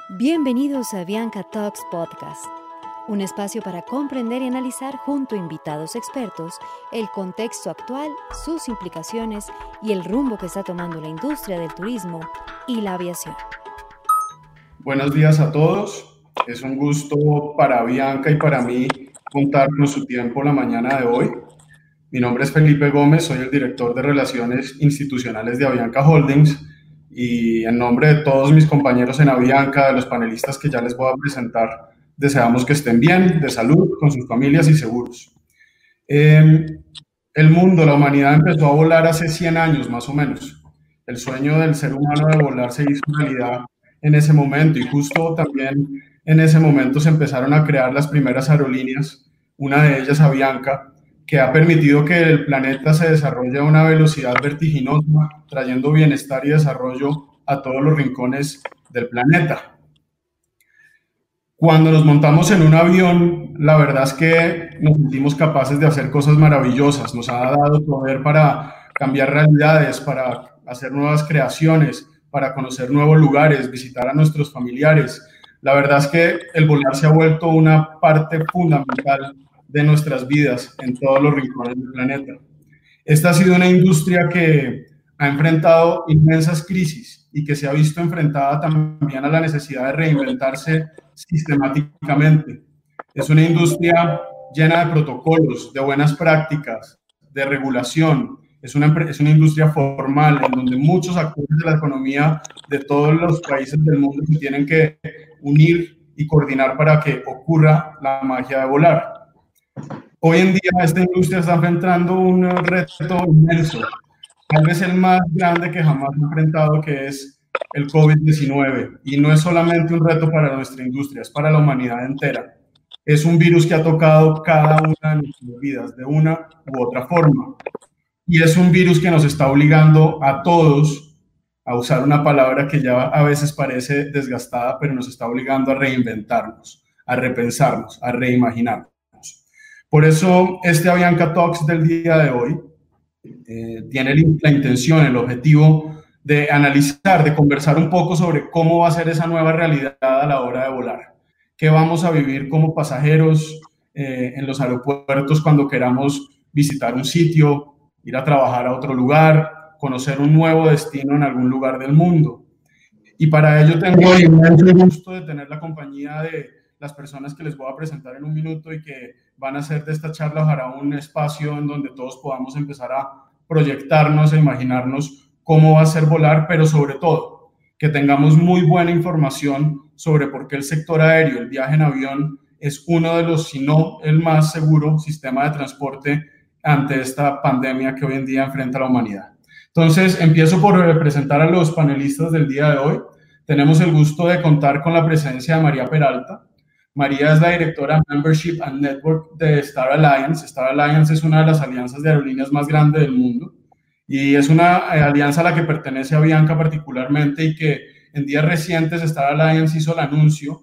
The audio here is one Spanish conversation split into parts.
Bienvenidos a Avianca Talks Podcast, un espacio para comprender y analizar junto a invitados expertos el contexto actual, sus implicaciones y el rumbo que está tomando la industria del turismo y la aviación. Buenos días a todos. Es un gusto para Avianca y para mí contar con su tiempo la mañana de hoy. Mi nombre es Felipe Gómez, soy el director de Relaciones Institucionales de Avianca Holdings y en nombre de todos mis compañeros en Avianca, de los panelistas que ya les voy a presentar, deseamos que estén bien, de salud, con sus familias y seguros. El mundo, la humanidad empezó a volar hace 100 años más o menos. El sueño del ser humano de volar se hizo realidad en ese momento y justo también en ese momento se empezaron a crear las primeras aerolíneas, una de ellas Avianca, que ha permitido que el planeta se desarrolle a una velocidad vertiginosa, trayendo bienestar y desarrollo a todos los rincones del planeta. Cuando nos montamos en un avión, la verdad es que nos sentimos capaces de hacer cosas maravillosas. Nos ha dado poder para cambiar realidades, para hacer nuevas creaciones, para conocer nuevos lugares, visitar a nuestros familiares. La verdad es que el volar se ha vuelto una parte fundamental de nuestras vidas en todos los rincones del planeta. Esta ha sido una industria que ha enfrentado inmensas crisis y que se ha visto enfrentada también a la necesidad de reinventarse sistemáticamente. Es una industria llena de protocolos, de buenas prácticas, de regulación. Es una industria formal en donde muchos actores de la economía de todos los países del mundo se tienen que unir y coordinar para que ocurra la magia de volar. Hoy en día esta industria está enfrentando un reto inmenso, tal vez el más grande que jamás ha enfrentado, que es el COVID-19. Y no es solamente un reto para nuestra industria, es para la humanidad entera. Es un virus que ha tocado cada una de nuestras vidas de una u otra forma. Y es un virus que nos está obligando a todos a usar una palabra que ya a veces parece desgastada, pero nos está obligando a reinventarnos, a repensarnos, a reimaginarnos. Por eso este Avianca Talks del día de hoy tiene la intención, el objetivo de analizar, de conversar un poco sobre cómo va a ser esa nueva realidad a la hora de volar. ¿Qué vamos a vivir como pasajeros en los aeropuertos cuando queramos visitar un sitio, ir a trabajar a otro lugar, conocer un nuevo destino en algún lugar del mundo? Y para ello tengo el inmenso gusto de tener la compañía de las personas que les voy a presentar en un minuto y que van a hacer de esta charla ojalá un espacio en donde todos podamos empezar a proyectarnos, a imaginarnos cómo va a ser volar, pero sobre todo que tengamos muy buena información sobre por qué el sector aéreo, el viaje en avión, es uno de los, si no el más seguro sistema de transporte ante esta pandemia que hoy en día enfrenta la humanidad. Entonces, empiezo por presentar a los panelistas del día de hoy. Tenemos el gusto de contar con la presencia de María Peralta. María es la directora Membership and Network de Star Alliance. Star Alliance es una de las alianzas de aerolíneas más grandes del mundo y es una alianza a la que pertenece Avianca particularmente y que en días recientes Star Alliance hizo el anuncio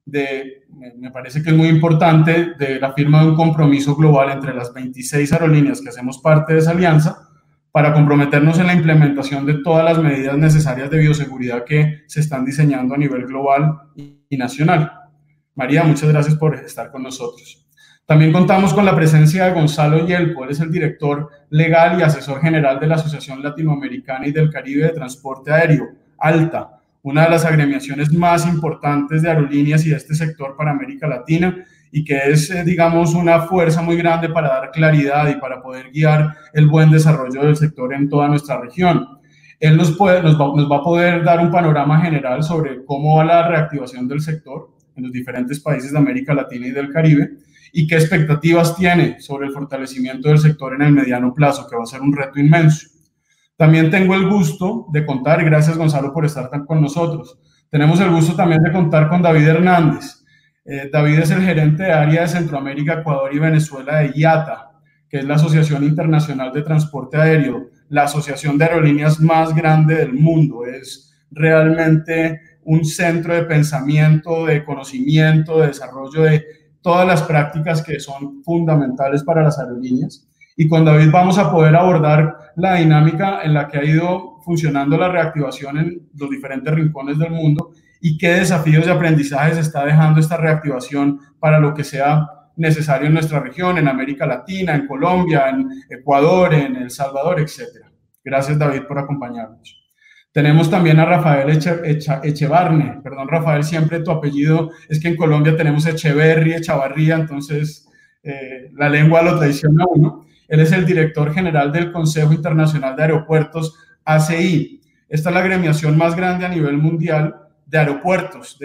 de, me parece que es muy importante, de la firma de un compromiso global entre las 26 aerolíneas que hacemos parte de esa alianza para comprometernos en la implementación de todas las medidas necesarias de bioseguridad que se están diseñando a nivel global y nacional. María, muchas gracias por estar con nosotros. También contamos con la presencia de Gonzalo Yelpo. Él es el director legal y asesor general de la Asociación Latinoamericana y del Caribe de Transporte Aéreo, ALTA, una de las agremiaciones más importantes de aerolíneas y de este sector para América Latina y que es, digamos, una fuerza muy grande para dar claridad y para poder guiar el buen desarrollo del sector en toda nuestra región. Él nos va a poder dar un panorama general sobre cómo va la reactivación del sector en los diferentes países de América Latina y del Caribe, y qué expectativas tiene sobre el fortalecimiento del sector en el mediano plazo, que va a ser un reto inmenso. También tengo el gusto de contar, gracias Gonzalo por estar con nosotros, tenemos el gusto también de contar con David Hernández. David es el gerente de área de Centroamérica, Ecuador y Venezuela de IATA, que es la Asociación Internacional de Transporte Aéreo, la asociación de aerolíneas más grande del mundo. Es realmente un centro de pensamiento, de conocimiento, de desarrollo de todas las prácticas que son fundamentales para las aerolíneas. Y con David vamos a poder abordar la dinámica en la que ha ido funcionando la reactivación en los diferentes rincones del mundo y qué desafíos de aprendizaje se está dejando esta reactivación para lo que sea necesario en nuestra región, en América Latina, en Colombia, en Ecuador, en El Salvador, etc. Gracias, David, por acompañarnos. Tenemos también a Rafael Echevarne. Perdón, Rafael, siempre tu apellido es que en Colombia tenemos Echeverri, Echavarría, entonces la lengua lo traiciona a uno. Él es el director general del Consejo Internacional de Aeropuertos, ACI. Esta es la agremiación más grande a nivel mundial de aeropuertos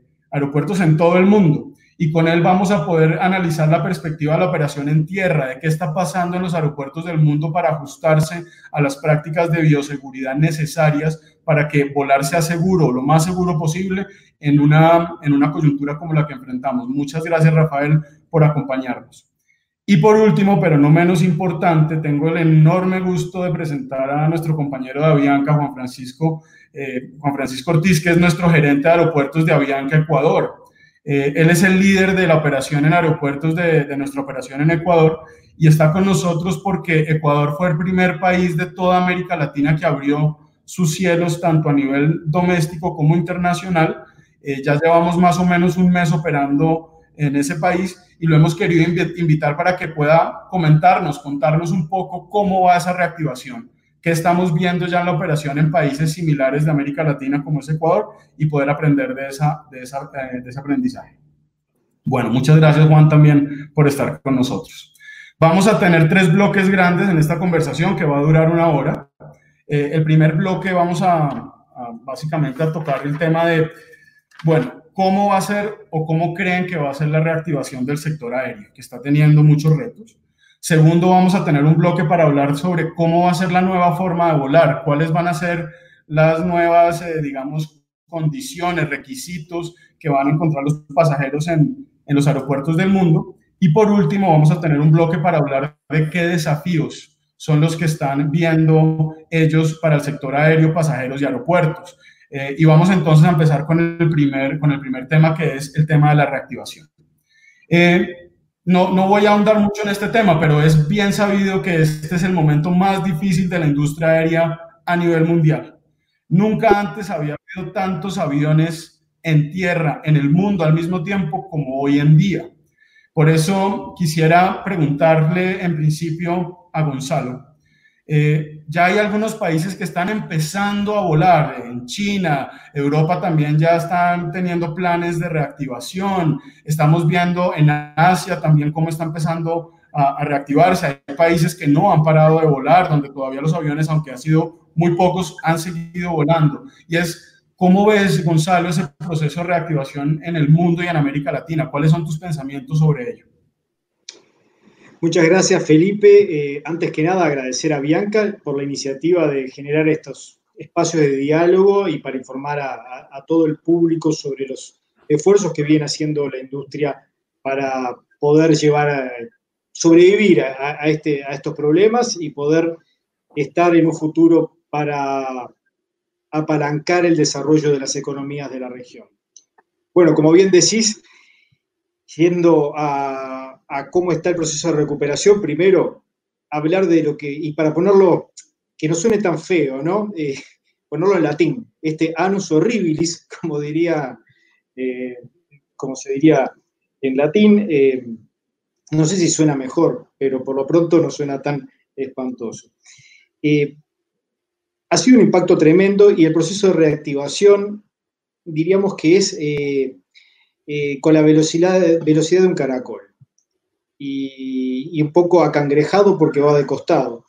en todo el mundo. Y con él vamos a poder analizar la perspectiva de la operación en tierra, de qué está pasando en los aeropuertos del mundo para ajustarse a las prácticas de bioseguridad necesarias para que volar sea seguro, lo más seguro posible, en una coyuntura como la que enfrentamos. Muchas gracias, Rafael, por acompañarnos. Y por último, pero no menos importante, tengo el enorme gusto de presentar a nuestro compañero de Avianca, Juan Francisco Ortiz, que es nuestro gerente de aeropuertos de Avianca, Ecuador. Él es el líder de la operación en aeropuertos de nuestra operación en Ecuador y está con nosotros porque Ecuador fue el primer país de toda América Latina que abrió sus cielos tanto a nivel doméstico como internacional. Ya llevamos más o menos un mes operando en ese país y lo hemos querido invitar para que pueda contarnos un poco cómo va esa reactivación, qué estamos viendo ya en la operación en países similares de América Latina como es Ecuador y poder aprender de ese aprendizaje. Bueno, muchas gracias, Juan, también por estar con nosotros. Vamos a tener 3 bloques grandes en esta conversación que va a durar 1 hora. El primer bloque vamos básicamente a tocar el tema de, bueno, cómo va a ser o cómo creen que va a ser la reactivación del sector aéreo, que está teniendo muchos retos. Segundo, vamos a tener un bloque para hablar sobre cómo va a ser la nueva forma de volar, cuáles van a ser las nuevas, digamos, condiciones, requisitos que van a encontrar los pasajeros en los aeropuertos del mundo. Y por último, vamos a tener un bloque para hablar de qué desafíos son los que están viendo ellos para el sector aéreo, pasajeros y aeropuertos. Y vamos entonces a empezar con el primer tema, que es el tema de la reactivación. No voy a ahondar mucho en este tema, pero es bien sabido que este es el momento más difícil de la industria aérea a nivel mundial. Nunca antes había habido tantos aviones en tierra en el mundo al mismo tiempo como hoy en día. Por eso quisiera preguntarle en principio a Gonzalo. Ya hay algunos países que están empezando a volar, en China, Europa también ya están teniendo planes de reactivación, estamos viendo en Asia también cómo está empezando a reactivarse, hay países que no han parado de volar, donde todavía los aviones, aunque han sido muy pocos, han seguido volando. Y ¿cómo ves, Gonzalo, ese proceso de reactivación en el mundo y en América Latina? ¿Cuáles son tus pensamientos sobre ello? Muchas gracias, Felipe. Antes que nada, agradecer a Bianca por la iniciativa de generar estos espacios de diálogo y para informar a todo el público sobre los esfuerzos que viene haciendo la industria para poder sobrevivir a estos problemas y poder estar en un futuro para apalancar el desarrollo de las economías de la región. Bueno, como bien decís, yendo a cómo está el proceso de recuperación, primero hablar de lo que, y para ponerlo, que no suene tan feo, ¿no? Ponerlo en latín, annus horribilis, como se diría en latín, no sé si suena mejor, pero por lo pronto no suena tan espantoso. Ha sido un impacto tremendo y el proceso de reactivación, diríamos que es con la velocidad de un caracol y un poco acangrejado porque va de costado.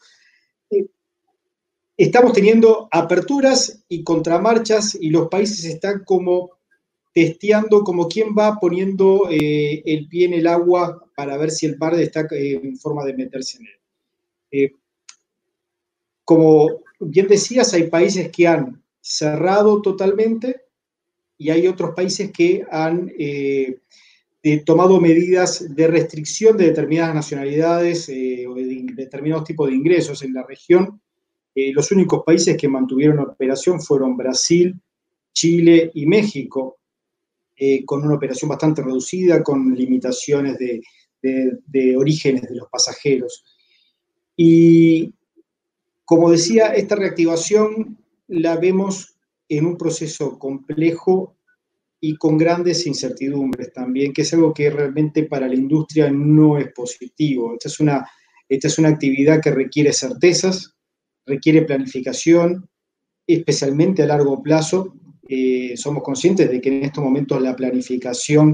Estamos teniendo aperturas y contramarchas y los países están como testeando, como quien va poniendo el pie en el agua para ver si el mar está en forma de meterse en él. Como bien decías, hay países que han cerrado totalmente y hay otros países que han tomado medidas de restricción de determinadas nacionalidades o de determinados tipos de ingresos en la región. Los únicos países que mantuvieron operación fueron Brasil, Chile y México, con una operación bastante reducida, con limitaciones de orígenes de los pasajeros. Y como decía, esta reactivación la vemos en un proceso complejo y con grandes incertidumbres también, que es algo que realmente para la industria no es positivo. Esta es una actividad que requiere certezas, requiere planificación, especialmente a largo plazo. Somos conscientes de que en estos momentos la planificación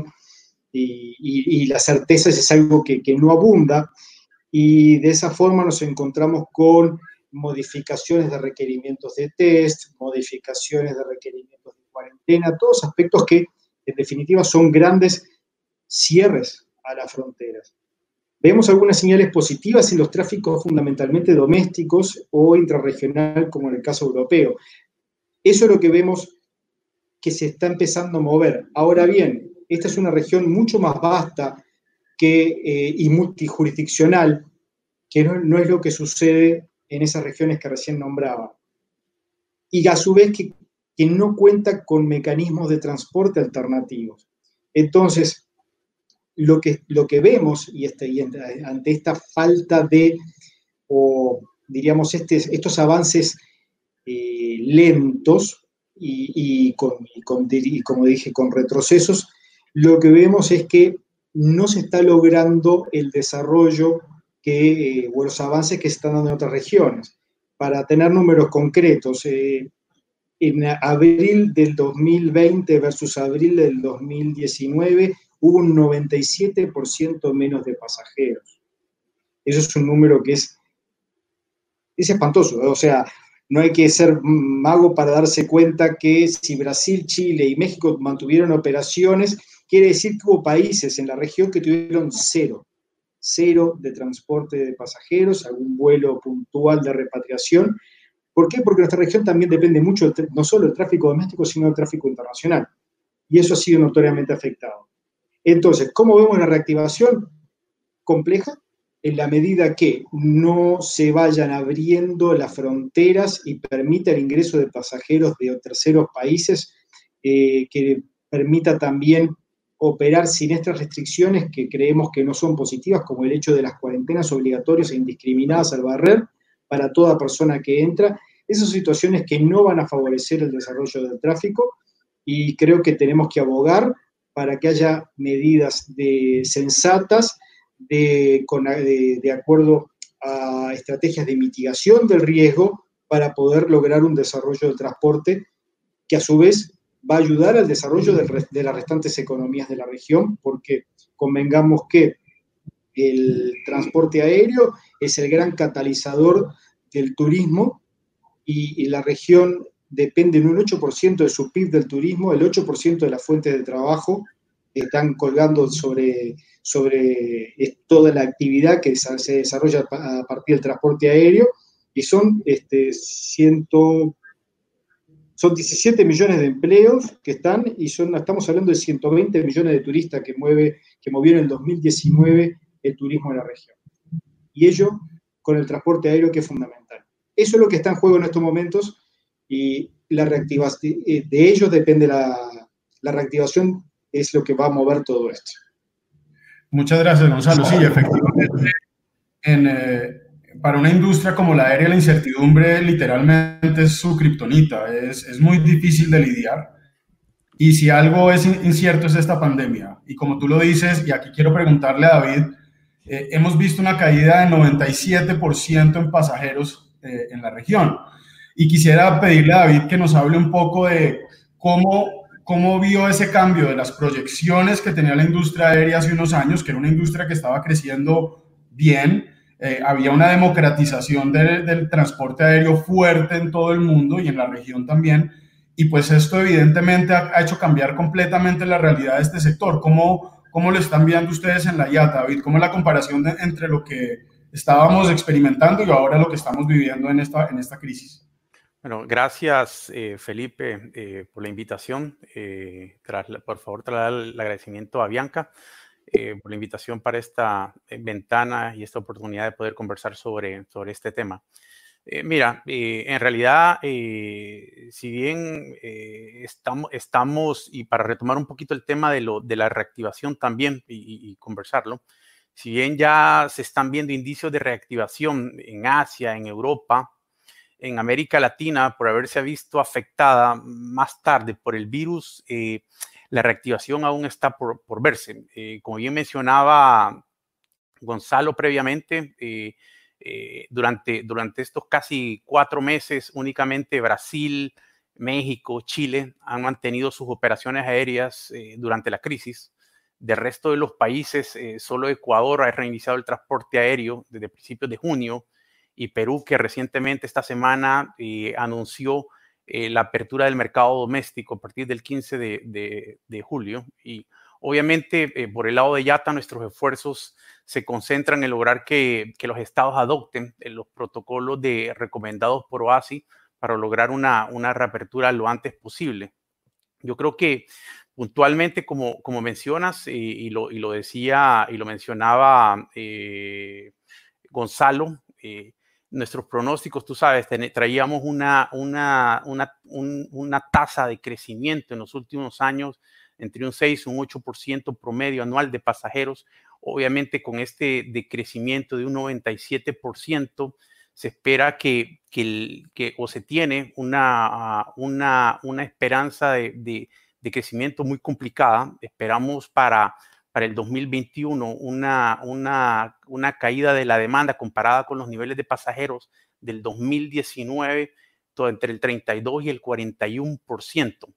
y la certeza es algo que no abunda, y de esa forma nos encontramos con modificaciones de requerimientos de test, modificaciones de requerimientos de cuarentena, todos aspectos que en definitiva son grandes cierres a las fronteras. Vemos algunas señales positivas en los tráficos fundamentalmente domésticos o intrarregional, como en el caso europeo. Eso es lo que vemos que se está empezando a mover. Ahora bien, esta es una región mucho más vasta y multijurisdiccional, que no es lo que sucede en esas regiones que recién nombraba. Y a su vez que no cuenta con mecanismos de transporte alternativos. Entonces, lo que vemos, ante esta falta de, o diríamos, estos avances lentos y como dije, con retrocesos, lo que vemos es que no se está logrando el desarrollo o los avances que se están dando en otras regiones. Para tener números concretos, en abril del 2020 versus abril del 2019 hubo un 97% menos de pasajeros. Eso es un número que es espantoso, ¿eh? O sea, no hay que ser mago para darse cuenta que si Brasil, Chile y México mantuvieron operaciones, quiere decir que hubo países en la región que tuvieron cero de transporte de pasajeros, algún vuelo puntual de repatriación. ¿Por qué? Porque nuestra región también depende mucho, no solo del tráfico doméstico, sino del tráfico internacional. Y eso ha sido notoriamente afectado. Entonces, ¿cómo vemos la reactivación? Compleja, en la medida que no se vayan abriendo las fronteras y permita el ingreso de pasajeros de terceros países, que permita también operar sin estas restricciones que creemos que no son positivas, como el hecho de las cuarentenas obligatorias e indiscriminadas al barrer para toda persona que entra. Esas situaciones que no van a favorecer el desarrollo del tráfico, y creo que tenemos que abogar para que haya medidas sensatas de acuerdo a estrategias de mitigación del riesgo para poder lograr un desarrollo del transporte que a su vez va a ayudar al desarrollo de las restantes economías de la región, porque convengamos que el transporte aéreo es el gran catalizador del turismo, y la región depende en un 8% de su PIB del turismo. El 8% de las fuentes de trabajo están colgando sobre toda la actividad que se desarrolla a partir del transporte aéreo, y son 17 millones de empleos que están, y estamos hablando de 120 millones de turistas que movieron en el 2019 el turismo de la región. Y ello con el transporte aéreo, que es fundamental. Eso es lo que está en juego en estos momentos, y la reactivación de ellos depende, la reactivación es lo que va a mover todo esto. Muchas gracias, Gonzalo. Sí, efectivamente, para una industria como la aérea, la incertidumbre literalmente es su kriptonita, es muy difícil de lidiar. Y si algo es incierto es esta pandemia. Y como tú lo dices, y aquí quiero preguntarle a David, hemos visto una caída de 97% en pasajeros en la región. Y quisiera pedirle a David que nos hable un poco de cómo vio ese cambio de las proyecciones que tenía la industria aérea hace unos años, que era una industria que estaba creciendo bien. Había una democratización del transporte aéreo fuerte en todo el mundo y en la región también. Y pues esto evidentemente ha hecho cambiar completamente la realidad de este sector. ¿Cómo lo están viendo ustedes en la IATA, David? ¿Cómo es la comparación entre lo que estábamos experimentando y ahora lo que estamos viviendo en esta crisis? Bueno, gracias Felipe por la invitación. Por favor, trasladar el agradecimiento a Bianca por la invitación para esta ventana y esta oportunidad de poder conversar sobre este tema. Mira, en realidad, si bien estamos, y para retomar un poquito el tema de la reactivación también y conversarlo, si bien ya se están viendo indicios de reactivación en Asia, en Europa, en América Latina, por haberse visto afectada más tarde por el virus, la reactivación aún está por verse. Como bien mencionaba Gonzalo previamente, durante estos casi 4 meses únicamente Brasil, México, Chile han mantenido sus operaciones aéreas durante la crisis. Del resto de los países, solo Ecuador ha reiniciado el transporte aéreo desde principios de junio, y Perú, que recientemente esta semana anunció la apertura del mercado doméstico a partir del 15 de julio. Y obviamente, por el lado de IATA, nuestros esfuerzos se concentran en lograr que los estados adopten los protocolos recomendados por OASI para lograr una reapertura lo antes posible. Yo creo que puntualmente, como mencionas, y lo decía y lo mencionaba Gonzalo, nuestros pronósticos, tú sabes, traíamos una tasa de crecimiento en los últimos años entre un 6 y un 8% promedio anual de pasajeros. Obviamente, con este decrecimiento de un 97%, se espera o se tiene una esperanza de crecimiento muy complicada. Esperamos para el 2021 una caída de la demanda comparada con los niveles de pasajeros del 2019, todo entre el 32 y el 41%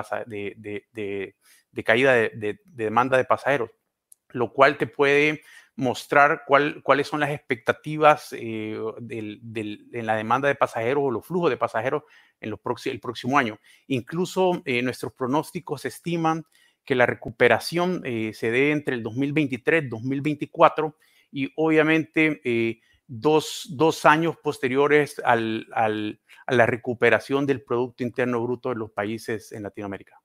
de caída de demanda de pasajeros, lo cual te puede mostrar cuáles son las expectativas en la demanda de pasajeros o los flujos de pasajeros en el próximo año. Incluso nuestros pronósticos estiman que la recuperación se dé entre el 2023 y 2024, y obviamente 2 años posteriores a la recuperación del Producto Interno Bruto de los países en Latinoamérica.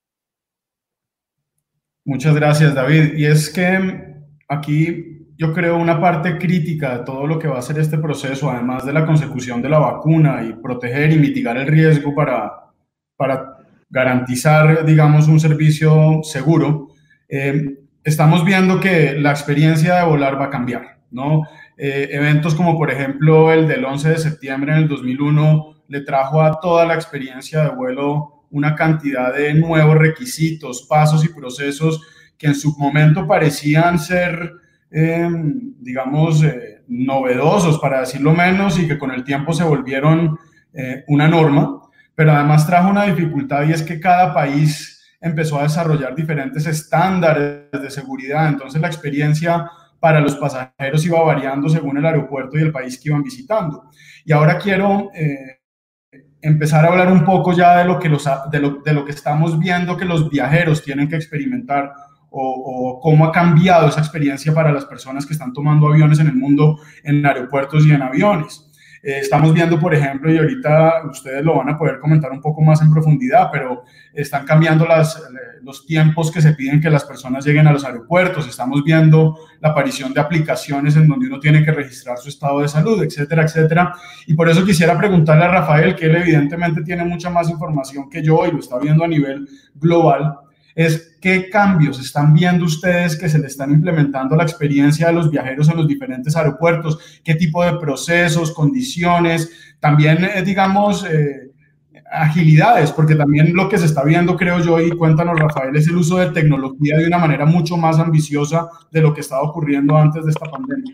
Muchas gracias, David. Y es que aquí yo creo una parte crítica de todo lo que va a ser este proceso, además de la consecución de la vacuna y proteger y mitigar el riesgo para garantizar, digamos, un servicio seguro, estamos viendo que la experiencia de volar va a cambiar, ¿no? Eventos como, por ejemplo, el del 11 de septiembre en el 2001 le trajo a toda la experiencia de vuelo una cantidad de nuevos requisitos, pasos y procesos que en su momento parecían ser, digamos, novedosos, para decirlo menos, y que con el tiempo se volvieron una norma, pero además trajo una dificultad, y es que cada país empezó a desarrollar diferentes estándares de seguridad. Entonces la experiencia para los pasajeros iba variando según el aeropuerto y el país que iban visitando. Y ahora quiero empezar a hablar un poco ya de lo que estamos viendo que los viajeros tienen que experimentar, o cómo ha cambiado esa experiencia para las personas que están tomando aviones en el mundo, en aeropuertos y en aviones. Estamos viendo, por ejemplo, y ahorita ustedes lo van a poder comentar un poco más en profundidad, pero están cambiando los tiempos que se piden que las personas lleguen a los aeropuertos. Estamos viendo la aparición de aplicaciones en donde uno tiene que registrar su estado de salud, etcétera, etcétera. Y por eso quisiera preguntarle a Rafael, que él evidentemente tiene mucha más información que yo y lo está viendo a nivel global, es qué cambios están viendo ustedes que se le están implementando a la experiencia de los viajeros en los diferentes aeropuertos, qué tipo de procesos, condiciones, también, digamos, agilidades, porque también lo que se está viendo, creo yo, y cuéntanos, Rafael, es el uso de tecnología de una manera mucho más ambiciosa de lo que estaba ocurriendo antes de esta pandemia.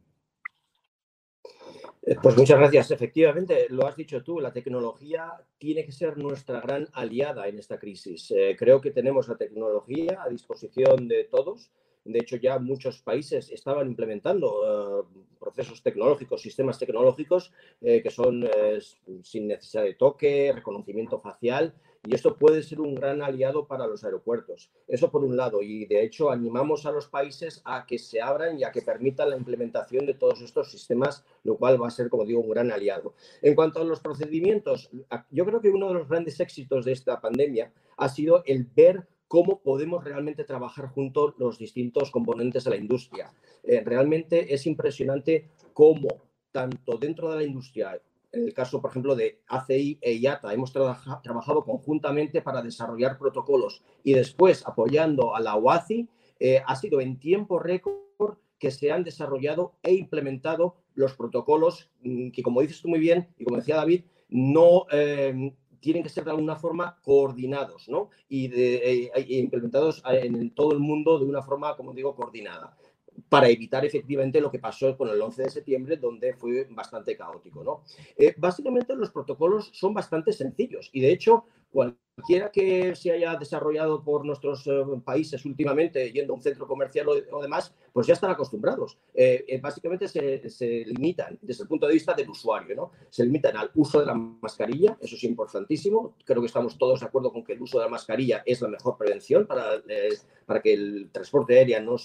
Pues muchas gracias. Efectivamente, lo has dicho tú, la tecnología tiene que ser nuestra gran aliada en esta crisis. Creo que tenemos la tecnología a disposición de todos. De hecho, ya muchos países estaban implementando procesos tecnológicos, sistemas tecnológicos que son sin necesidad de toque, reconocimiento facial, y esto puede ser un gran aliado para los aeropuertos. Eso por un lado, y de hecho animamos a los países a que se abran y a que permitan la implementación de todos estos sistemas, lo cual va a ser, como digo, un gran aliado. En cuanto a los procedimientos, yo creo que uno de los grandes éxitos de esta pandemia ha sido el ver cómo podemos realmente trabajar juntos los distintos componentes de la industria. Realmente es impresionante cómo, tanto dentro de la industria, en el caso, por ejemplo, de ACI e IATA, hemos trabajado conjuntamente para desarrollar protocolos, y después, apoyando a la OASI, ha sido en tiempo récord que se han desarrollado e implementado los protocolos que, como dices tú muy bien y como decía David, no tienen que ser de alguna forma coordinados, ¿no? Y implementados en todo el mundo de una forma, como digo, coordinada, para evitar efectivamente lo que pasó con el 11 de septiembre, donde fue bastante caótico, ¿no? Básicamente los protocolos son bastante sencillos y, de hecho, cualquiera que se haya desarrollado por nuestros países últimamente, yendo a un centro comercial o demás, pues ya están acostumbrados. Básicamente se limitan desde el punto de vista del usuario, ¿no? Se limitan al uso de la mascarilla, eso es importantísimo. Creo que estamos todos de acuerdo con que el uso de la mascarilla es la mejor prevención para que el transporte aéreo no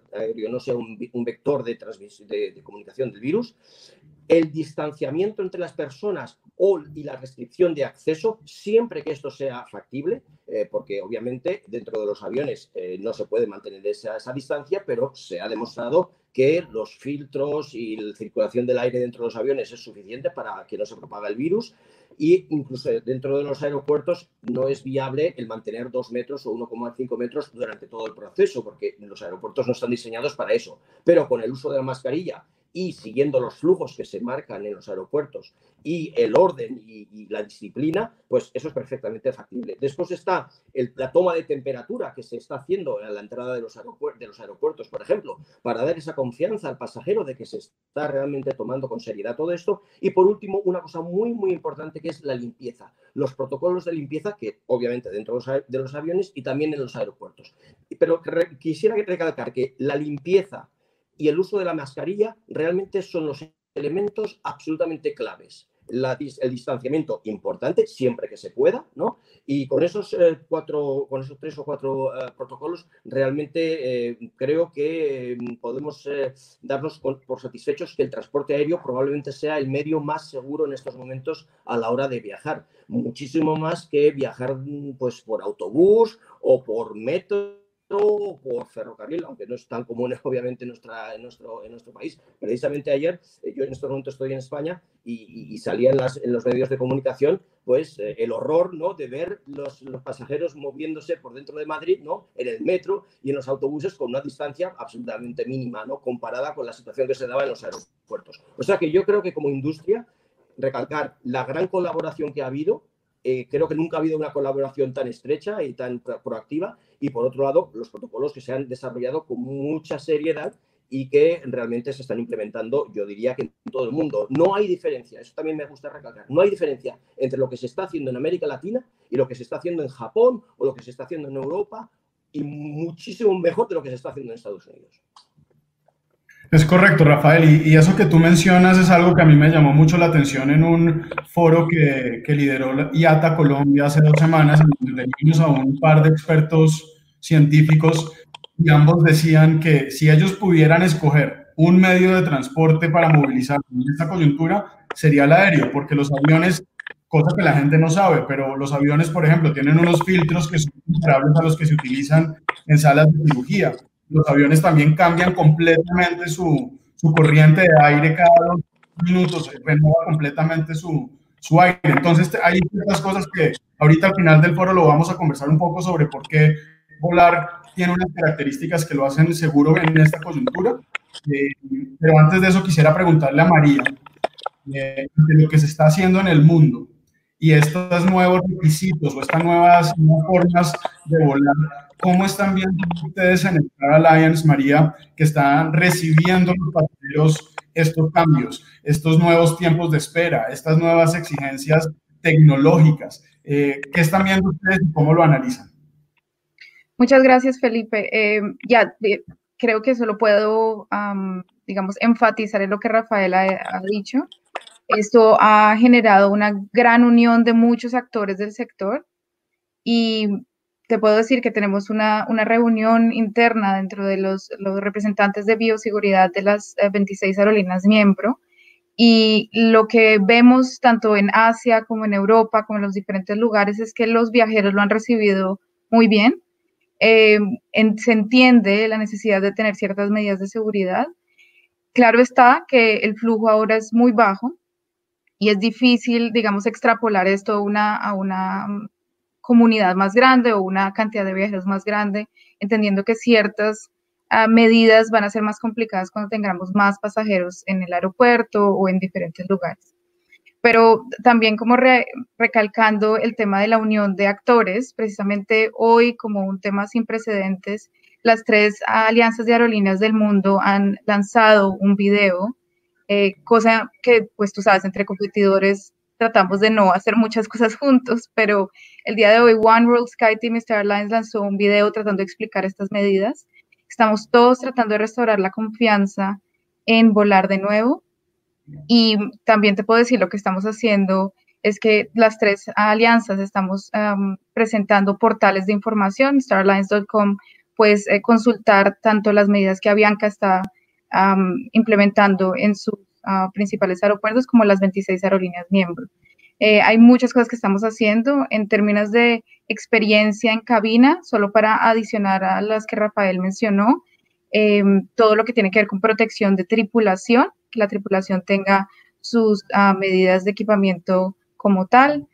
sea un vector de comunicación del virus. El distanciamiento entre las personas y la restricción de acceso, siempre que esto sea factible, porque obviamente dentro de los aviones no se puede mantener esa distancia, pero se ha demostrado que los filtros y la circulación del aire dentro de los aviones es suficiente para que no se propague el virus. Y incluso dentro de los aeropuertos no es viable el mantener 2 metros o 1,5 metros durante todo el proceso, porque los aeropuertos no están diseñados para eso. Pero con el uso de la mascarilla y siguiendo los flujos que se marcan en los aeropuertos y el orden y la disciplina, pues eso es perfectamente factible. Después está la toma de temperatura que se está haciendo a la entrada de los aeropuertos, por ejemplo, para dar esa confianza al pasajero de que se está realmente tomando con seriedad todo esto. Y por último, una cosa muy, muy importante, que es la limpieza. Los protocolos de limpieza que obviamente dentro de los aviones y también en los aeropuertos. Pero quisiera recalcar que la limpieza y el uso de la mascarilla realmente son los elementos absolutamente claves. El distanciamiento importante, siempre que se pueda, ¿no? Y con esos 3 o 4 protocolos, realmente creo que podemos darnos por satisfechos que el transporte aéreo probablemente sea el medio más seguro en estos momentos a la hora de viajar. Muchísimo más que viajar pues, por autobús o por metro o por ferrocarril, aunque no es tan común obviamente en nuestro país. Precisamente ayer, yo en este momento estoy en España y salía en los medios de comunicación pues el horror, ¿no?, de ver los pasajeros moviéndose por dentro de Madrid, ¿no?, en el metro y en los autobuses con una distancia absolutamente mínima, ¿no?, comparada con la situación que se daba en los aeropuertos. O sea que yo creo que como industria, recalcar la gran colaboración que ha habido. Creo que nunca ha habido una colaboración tan estrecha y tan proactiva, y por otro lado los protocolos que se han desarrollado con mucha seriedad y que realmente se están implementando, yo diría que en todo el mundo. No hay diferencia, eso también me gusta recalcar, no hay diferencia entre lo que se está haciendo en América Latina y lo que se está haciendo en Japón o lo que se está haciendo en Europa, y muchísimo mejor de lo que se está haciendo en Estados Unidos. Es correcto, Rafael, y eso que tú mencionas es algo que a mí me llamó mucho la atención en un foro que lideró IATA Colombia hace 2 semanas, en donde teníamos a un par de expertos científicos y ambos decían que si ellos pudieran escoger un medio de transporte para movilizar en esta coyuntura, sería el aéreo, porque los aviones, cosa que la gente no sabe, pero los aviones, por ejemplo, tienen unos filtros que son comparables a los que se utilizan en salas de cirugía. Los aviones también cambian completamente su corriente de aire cada 2 minutos, renueva completamente su aire. Entonces, hay ciertas cosas que ahorita al final del foro lo vamos a conversar un poco sobre por qué volar tiene unas características que lo hacen seguro en esta coyuntura. Pero antes de eso quisiera preguntarle a María de lo que se está haciendo en el mundo y estos nuevos requisitos o estas nuevas formas de volar. ¿Cómo están viendo ustedes en Star Alliance, María, que están recibiendo los pasajeros estos cambios, estos nuevos tiempos de espera, estas nuevas exigencias tecnológicas? ¿Qué están viendo ustedes y cómo lo analizan? Muchas gracias, Felipe. Creo que solo puedo, digamos, enfatizar en lo que Rafael ha dicho. Esto ha generado una gran unión de muchos actores del sector y te puedo decir que tenemos una reunión interna dentro de los representantes de bioseguridad de las 26 aerolíneas miembro, y lo que vemos tanto en Asia como en Europa, como en los diferentes lugares, es que los viajeros lo han recibido muy bien. Se entiende la necesidad de tener ciertas medidas de seguridad. Claro está que el flujo ahora es muy bajo y es difícil, digamos, extrapolar esto a una comunidad más grande o una cantidad de viajeros más grande, entendiendo que ciertas medidas van a ser más complicadas cuando tengamos más pasajeros en el aeropuerto o en diferentes lugares. pero también como recalcando el tema de la unión de actores, precisamente hoy como un tema sin precedentes, las 3 alianzas de aerolíneas del mundo han lanzado un video, cosa que pues tú sabes, entre competidores tratamos de no hacer muchas cosas juntos, pero el día de hoy One World SkyTeam y Star Alliance lanzó un video tratando de explicar estas medidas. Estamos todos tratando de restaurar la confianza en volar de nuevo. Y también te puedo decir lo que estamos haciendo es que las 3 alianzas estamos presentando portales de información. Staralliance.com, puedes consultar tanto las medidas que Avianca está implementando en sus principales aeropuertos como las 26 aerolíneas miembros. Hay muchas cosas que estamos haciendo en términos de experiencia en cabina, solo para adicionar a las que Rafael mencionó, todo lo que tiene que ver con protección de tripulación, que la tripulación tenga sus medidas de equipamiento como tal.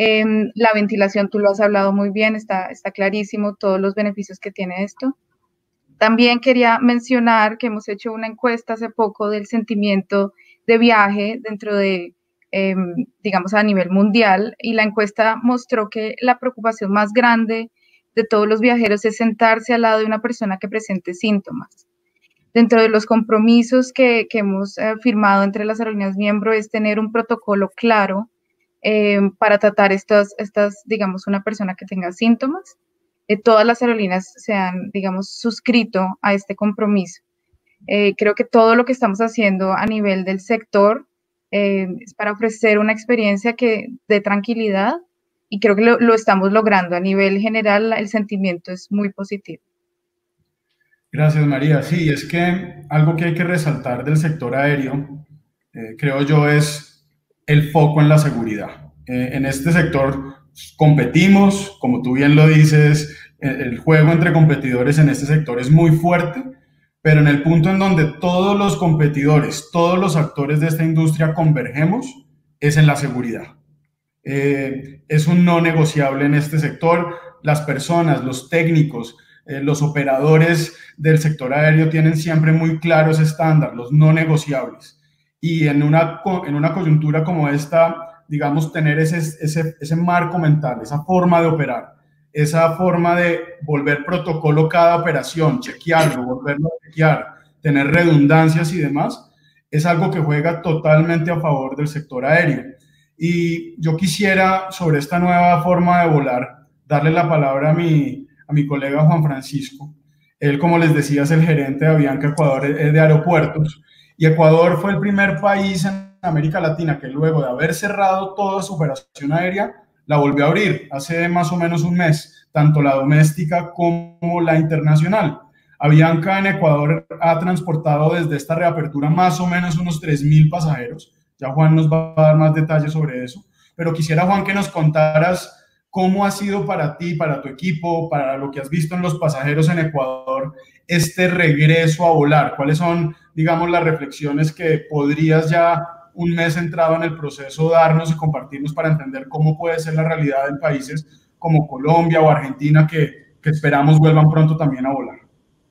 La ventilación, tú lo has hablado muy bien, está clarísimo todos los beneficios que tiene esto. También quería mencionar que hemos hecho una encuesta hace poco del sentimiento de viaje dentro de, digamos, a nivel mundial, y la encuesta mostró que la preocupación más grande de todos los viajeros es sentarse al lado de una persona que presente síntomas. Dentro de los compromisos que hemos firmado entre las aerolíneas miembros es tener un protocolo claro para tratar estas, digamos, una persona que tenga síntomas. Todas las aerolíneas se han, digamos, suscrito a este compromiso. Creo que todo lo que estamos haciendo a nivel del sector es para ofrecer una experiencia que dé tranquilidad, y creo que lo estamos logrando. A nivel general, el sentimiento es muy positivo. Gracias, María. Sí, es que algo que hay que resaltar del sector aéreo, creo yo, es el foco en la seguridad. En este sector competimos, como tú bien lo dices, el juego entre competidores en este sector es muy fuerte, pero en el punto en donde todos los competidores, todos los actores de esta industria convergemos, es en la seguridad. Es un no negociable en este sector. Las personas, los técnicos, los operadores del sector aéreo tienen siempre muy claro ese estándar, los no negociables. Y en una coyuntura como esta, digamos, tener ese marco mental, esa forma de operar, esa forma de volver protocolo cada operación, chequearlo, volverlo a chequear, tener redundancias y demás, es algo que juega totalmente a favor del sector aéreo. Y yo quisiera, sobre esta nueva forma de volar, darle la palabra a mi colega Juan Francisco. Él, como les decía, es el gerente de Avianca Ecuador de aeropuertos, y Ecuador fue el primer país en América Latina que luego de haber cerrado toda su operación aérea, la volvió a abrir hace más o menos un mes, tanto la doméstica como la internacional. Avianca en Ecuador ha transportado desde esta reapertura más o menos unos 3.000 pasajeros. Ya Juan nos va a dar más detalles sobre eso, pero quisiera, Juan, que nos contaras cómo ha sido para ti, para tu equipo, para lo que has visto en los pasajeros en Ecuador, este regreso a volar. ¿Cuáles son, digamos, las reflexiones que podrías ya un mes entrado en el proceso darnos y compartirnos para entender cómo puede ser la realidad en países como Colombia o Argentina que esperamos vuelvan pronto también a volar?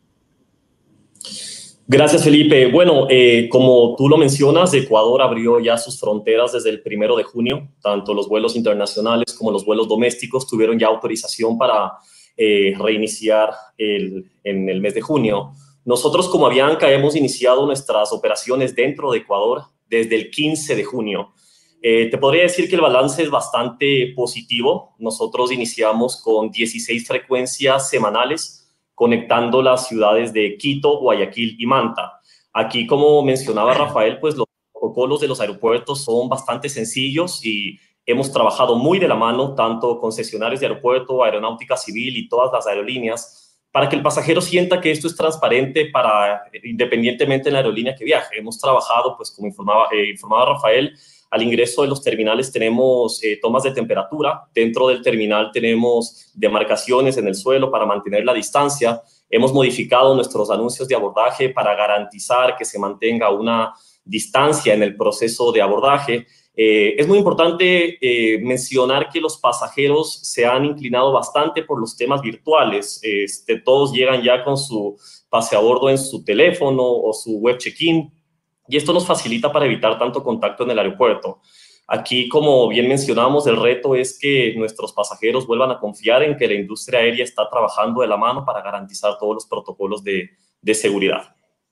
Gracias, Felipe. Bueno, como tú lo mencionas, Ecuador abrió ya sus fronteras desde el 1 de junio. Tanto los vuelos internacionales como los vuelos domésticos tuvieron ya autorización para reiniciar en el mes de junio. Nosotros como Avianca hemos iniciado nuestras operaciones dentro de Ecuador desde el 15 de junio. Te podría decir que el balance es bastante positivo. Nosotros iniciamos con 16 frecuencias semanales, conectando las ciudades de Quito, Guayaquil y Manta. Aquí, como mencionaba Rafael, pues los protocolos de los aeropuertos son bastante sencillos y hemos trabajado muy de la mano, tanto concesionarios de aeropuerto, aeronáutica civil y todas las aerolíneas, para que el pasajero sienta que esto es transparente independientemente de la aerolínea que viaje. Hemos trabajado, pues como informaba Rafael, al ingreso de los terminales tenemos tomas de temperatura. Dentro del terminal tenemos demarcaciones en el suelo para mantener la distancia. Hemos modificado nuestros anuncios de abordaje para garantizar que se mantenga una distancia en el proceso de abordaje. Es muy importante mencionar que los pasajeros se han inclinado bastante por los temas virtuales. Todos llegan ya con su pase a bordo en su teléfono o su web check-in, y esto nos facilita para evitar tanto contacto en el aeropuerto. Aquí, como bien mencionamos, el reto es que nuestros pasajeros vuelvan a confiar en que la industria aérea está trabajando de la mano para garantizar todos los protocolos de seguridad.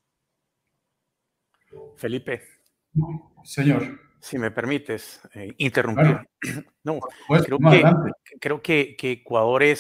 Felipe. Señor. Si me permites interrumpir. Claro. No, pues, creo que Ecuador ha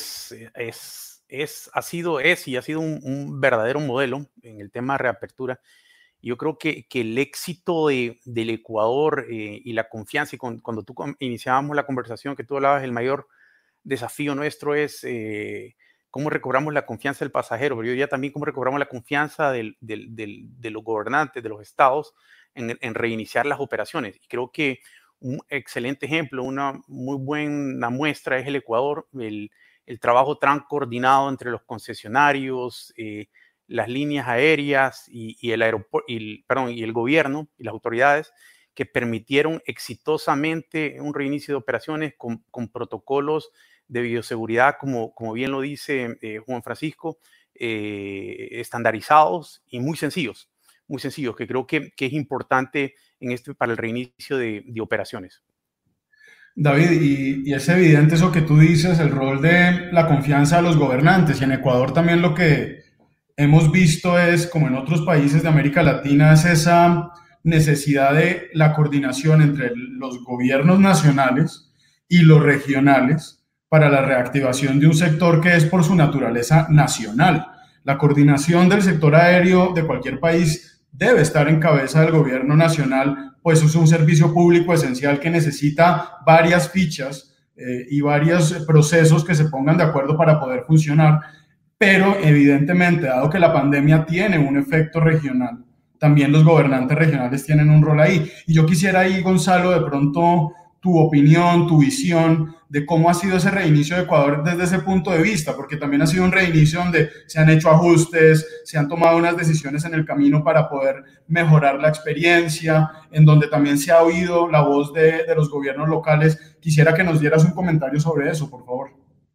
sido un verdadero modelo en el tema de reapertura. Yo creo que el éxito del Ecuador y la confianza, y cuando tú iniciábamos la conversación, que tú hablabas, el mayor desafío nuestro es cómo recobramos la confianza del pasajero, pero yo diría también cómo recobramos la confianza de los gobernantes, de los estados, en reiniciar las operaciones. Y creo que un excelente ejemplo, una muy buena muestra es el Ecuador, el trabajo tan coordinado entre los concesionarios, las líneas aéreas y el gobierno y las autoridades, que permitieron exitosamente un reinicio de operaciones con protocolos de bioseguridad, como bien lo dice Juan Francisco, estandarizados y muy sencillos, que creo que es importante para el reinicio de operaciones. David, y es evidente eso que tú dices, el rol de la confianza de los gobernantes, y en Ecuador también lo que hemos visto es, como en otros países de América Latina, es esa necesidad de la coordinación entre los gobiernos nacionales y los regionales para la reactivación de un sector que es por su naturaleza nacional. La coordinación del sector aéreo de cualquier país debe estar en cabeza del gobierno nacional, pues es un servicio público esencial que necesita varias fichas y varios procesos que se pongan de acuerdo para poder funcionar. Pero evidentemente, dado que la pandemia tiene un efecto regional, también los gobernantes regionales tienen un rol ahí. Y yo quisiera ahí, Gonzalo, de pronto tu opinión, tu visión de cómo ha sido ese reinicio de Ecuador desde ese punto de vista, porque también ha sido un reinicio donde se han hecho ajustes, se han tomado unas decisiones en el camino para poder mejorar la experiencia, en donde también se ha oído la voz de los gobiernos locales. Quisiera que nos dieras un comentario sobre eso, por favor.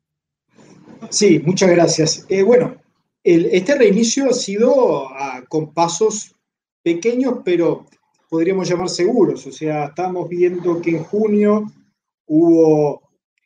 Sí, muchas gracias. Bueno, este reinicio ha sido con pasos pequeños, pero podríamos llamar seguros. O sea, estamos viendo que en junio hubo,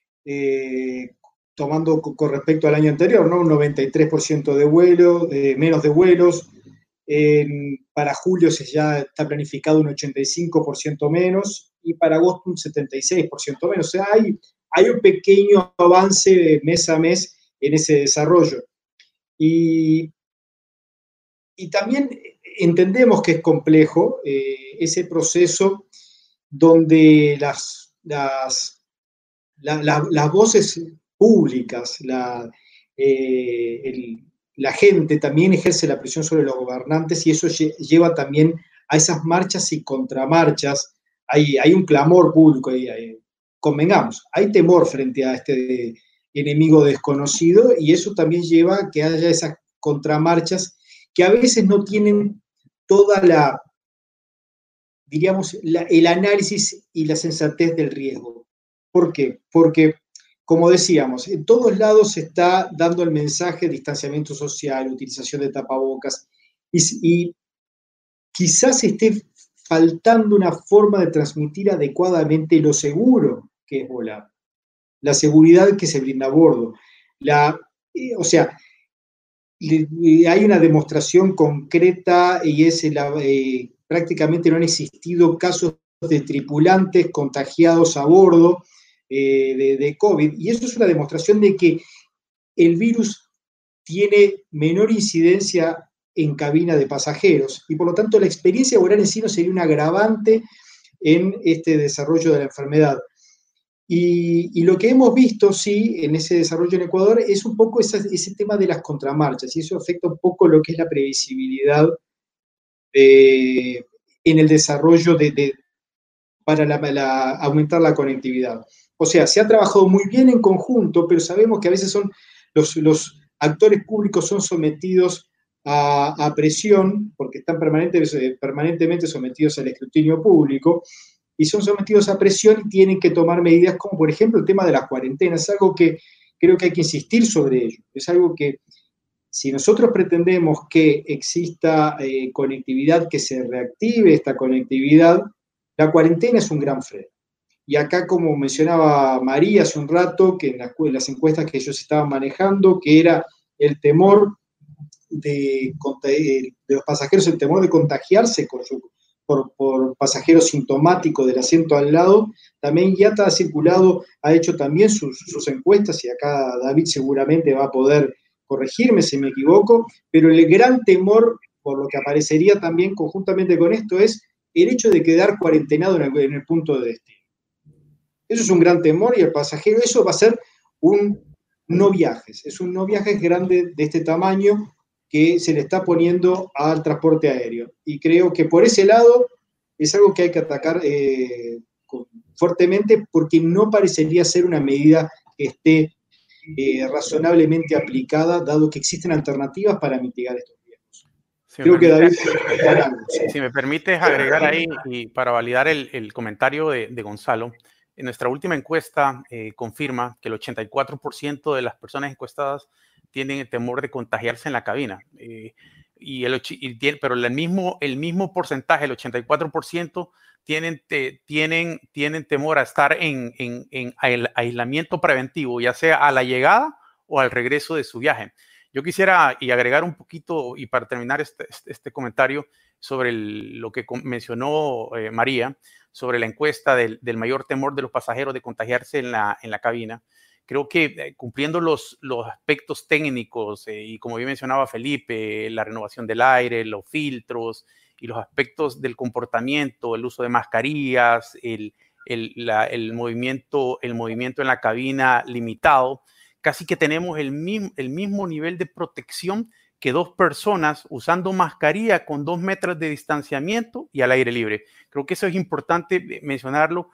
tomando con respecto al año anterior, ¿no? Un 93% de vuelos, menos de vuelos. Para julio ya está planificado un 85% menos y para agosto un 76% menos. O sea, hay un pequeño avance mes a mes en ese desarrollo. Y también entendemos que es complejo ese proceso donde las voces públicas, la gente también ejerce la presión sobre los gobernantes y eso lleva también a esas marchas y contramarchas. Hay un clamor público, convengamos, hay temor frente a este enemigo desconocido y eso también lleva a que haya esas contramarchas que a veces no tienen toda el análisis y la sensatez del riesgo. ¿Por qué? Porque, como decíamos, en todos lados se está dando el mensaje de distanciamiento social, utilización de tapabocas, y quizás esté faltando una forma de transmitir adecuadamente lo seguro que es volar, la seguridad que se brinda a bordo. O sea, hay una demostración concreta y es prácticamente no han existido casos de tripulantes contagiados a bordo de COVID. Y eso es una demostración de que el virus tiene menor incidencia en cabina de pasajeros y por lo tanto la experiencia de volar en sí no sería un agravante en este desarrollo de la enfermedad. Y lo que hemos visto, sí, en ese desarrollo en Ecuador es un poco ese tema de las contramarchas y eso afecta un poco lo que es la previsibilidad en el desarrollo para aumentar la conectividad. O sea, se ha trabajado muy bien en conjunto, pero sabemos que a veces los actores públicos son sometidos a presión porque están permanentemente sometidos al escrutinio público y son sometidos a presión y tienen que tomar medidas como, por ejemplo, el tema de las cuarentenas. Es algo que creo que hay que insistir sobre ello. Es algo que, si nosotros pretendemos que exista conectividad, que se reactive esta conectividad, la cuarentena es un gran freno. Y acá, como mencionaba María hace un rato, que en las encuestas que ellos estaban manejando, que era el temor de los pasajeros, el temor de contagiarse por pasajeros sintomáticos del asiento al lado. También IATA ha circulado, ha hecho también sus encuestas, y acá David seguramente va a poder corregirme si me equivoco, pero el gran temor, por lo que aparecería también conjuntamente con esto, es el hecho de quedar cuarentenado en el punto de destino. Eso es un gran temor, y el pasajero, eso va a ser un no viajes, es un no viajes grande de este tamaño que se le está poniendo al transporte aéreo. Y creo que por ese lado es algo que hay que atacar fuertemente, porque no parecería ser una medida que esté razonablemente aplicada, dado que existen alternativas para mitigar estos riesgos. Creo que David... Si me permites agregar ahí, y para validar el comentario de Gonzalo, en nuestra última encuesta confirma que el 84% de las personas encuestadas tienen el temor de contagiarse en la cabina. Pero el mismo porcentaje, el 84%, tienen temor a estar en aislamiento preventivo, ya sea a la llegada o al regreso de su viaje. Yo quisiera agregar un poquito, y para terminar este comentario, sobre lo que mencionó María, sobre la encuesta del mayor temor de los pasajeros de contagiarse en la cabina. Creo que cumpliendo los aspectos técnicos, y como bien mencionaba Felipe, la renovación del aire, los filtros y los aspectos del comportamiento, el uso de mascarillas, el movimiento en la cabina limitado, casi que tenemos el mismo nivel de protección que dos personas usando mascarilla con 2 metros de distanciamiento y al aire libre. Creo que eso es importante mencionarlo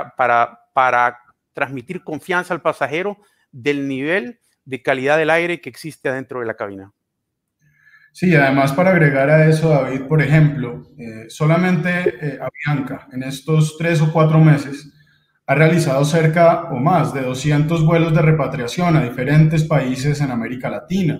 para transmitir confianza al pasajero del nivel de calidad del aire que existe adentro de la cabina. Sí, además, para agregar a eso, David, por ejemplo, solamente Avianca en estos 3 o 4 meses ha realizado cerca o más de 200 vuelos de repatriación a diferentes países en América Latina.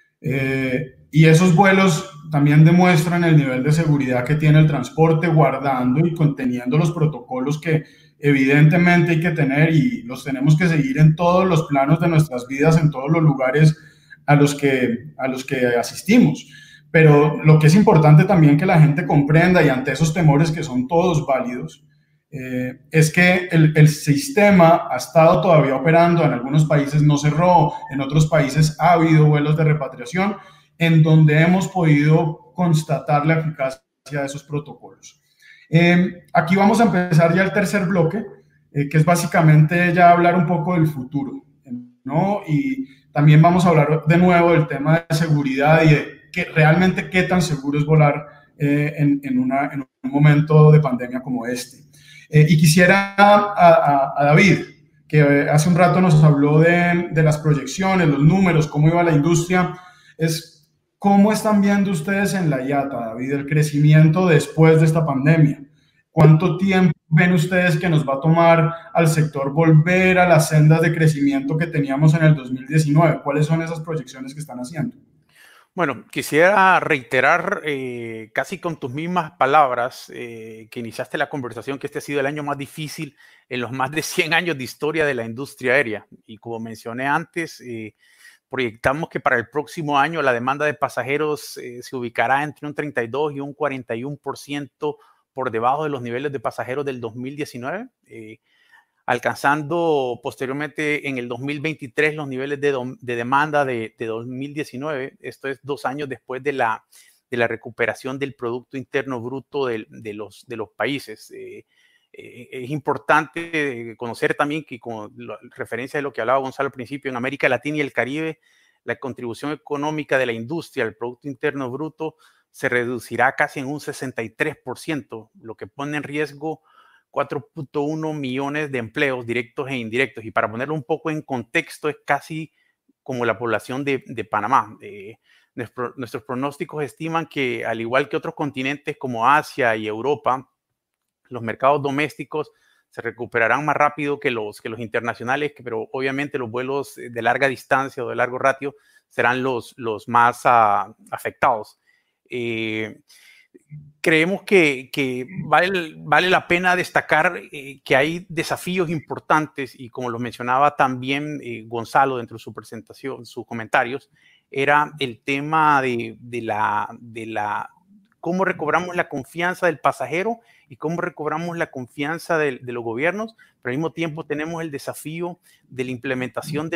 Y esos vuelos también demuestran el nivel de seguridad que tiene el transporte, guardando y conteniendo los protocolos que evidentemente hay que tener, y los tenemos que seguir en todos los planos de nuestras vidas, en todos los lugares a los que asistimos. Pero lo que es importante también que la gente comprenda, y ante esos temores que son todos válidos, es que el sistema ha estado todavía operando. En algunos países no cerró, en otros países ha habido vuelos de repatriación en donde hemos podido constatar la eficacia de esos protocolos. Aquí vamos a empezar ya el tercer bloque, que es básicamente ya hablar un poco del futuro, ¿no? Y también vamos a hablar de nuevo del tema de seguridad y de realmente qué tan seguro es volar en un momento de pandemia como este. Y quisiera a David, que hace un rato nos habló de las proyecciones, los números, cómo iba la industria, ¿cómo están viendo ustedes en la IATA, David, el crecimiento después de esta pandemia? ¿Cuánto tiempo ven ustedes que nos va a tomar al sector volver a las sendas de crecimiento que teníamos en el 2019? ¿Cuáles son esas proyecciones que están haciendo? Bueno, quisiera reiterar casi con tus mismas palabras que iniciaste la conversación, que este ha sido el año más difícil en los más de 100 años de historia de la industria aérea. Y como mencioné antes, proyectamos que para el próximo año la demanda de pasajeros se ubicará entre un 32 y un 41% por debajo de los niveles de pasajeros del 2019, alcanzando posteriormente en el 2023 los niveles de demanda de 2019. Esto es 2 años después de la recuperación del Producto Interno Bruto de los países. Es importante conocer también que, con referencia de lo que hablaba Gonzalo al principio, en América Latina y el Caribe, la contribución económica de la industria al Producto Interno Bruto se reducirá casi en un 63%, lo que pone en riesgo 4.1 millones de empleos directos e indirectos. Y para ponerlo un poco en contexto, es casi como la población de Panamá. Nuestros pronósticos estiman que, al igual que otros continentes como Asia y Europa, los mercados domésticos se recuperarán más rápido que los internacionales, pero obviamente los vuelos de larga distancia o de largo ratio serán los más afectados. creemos que vale la pena destacar que hay desafíos importantes y como lo mencionaba también Gonzalo dentro de su presentación, sus comentarios, era el tema de cómo recobramos la confianza del pasajero y cómo recobramos la confianza de los gobiernos, pero al mismo tiempo tenemos el desafío de la implementación de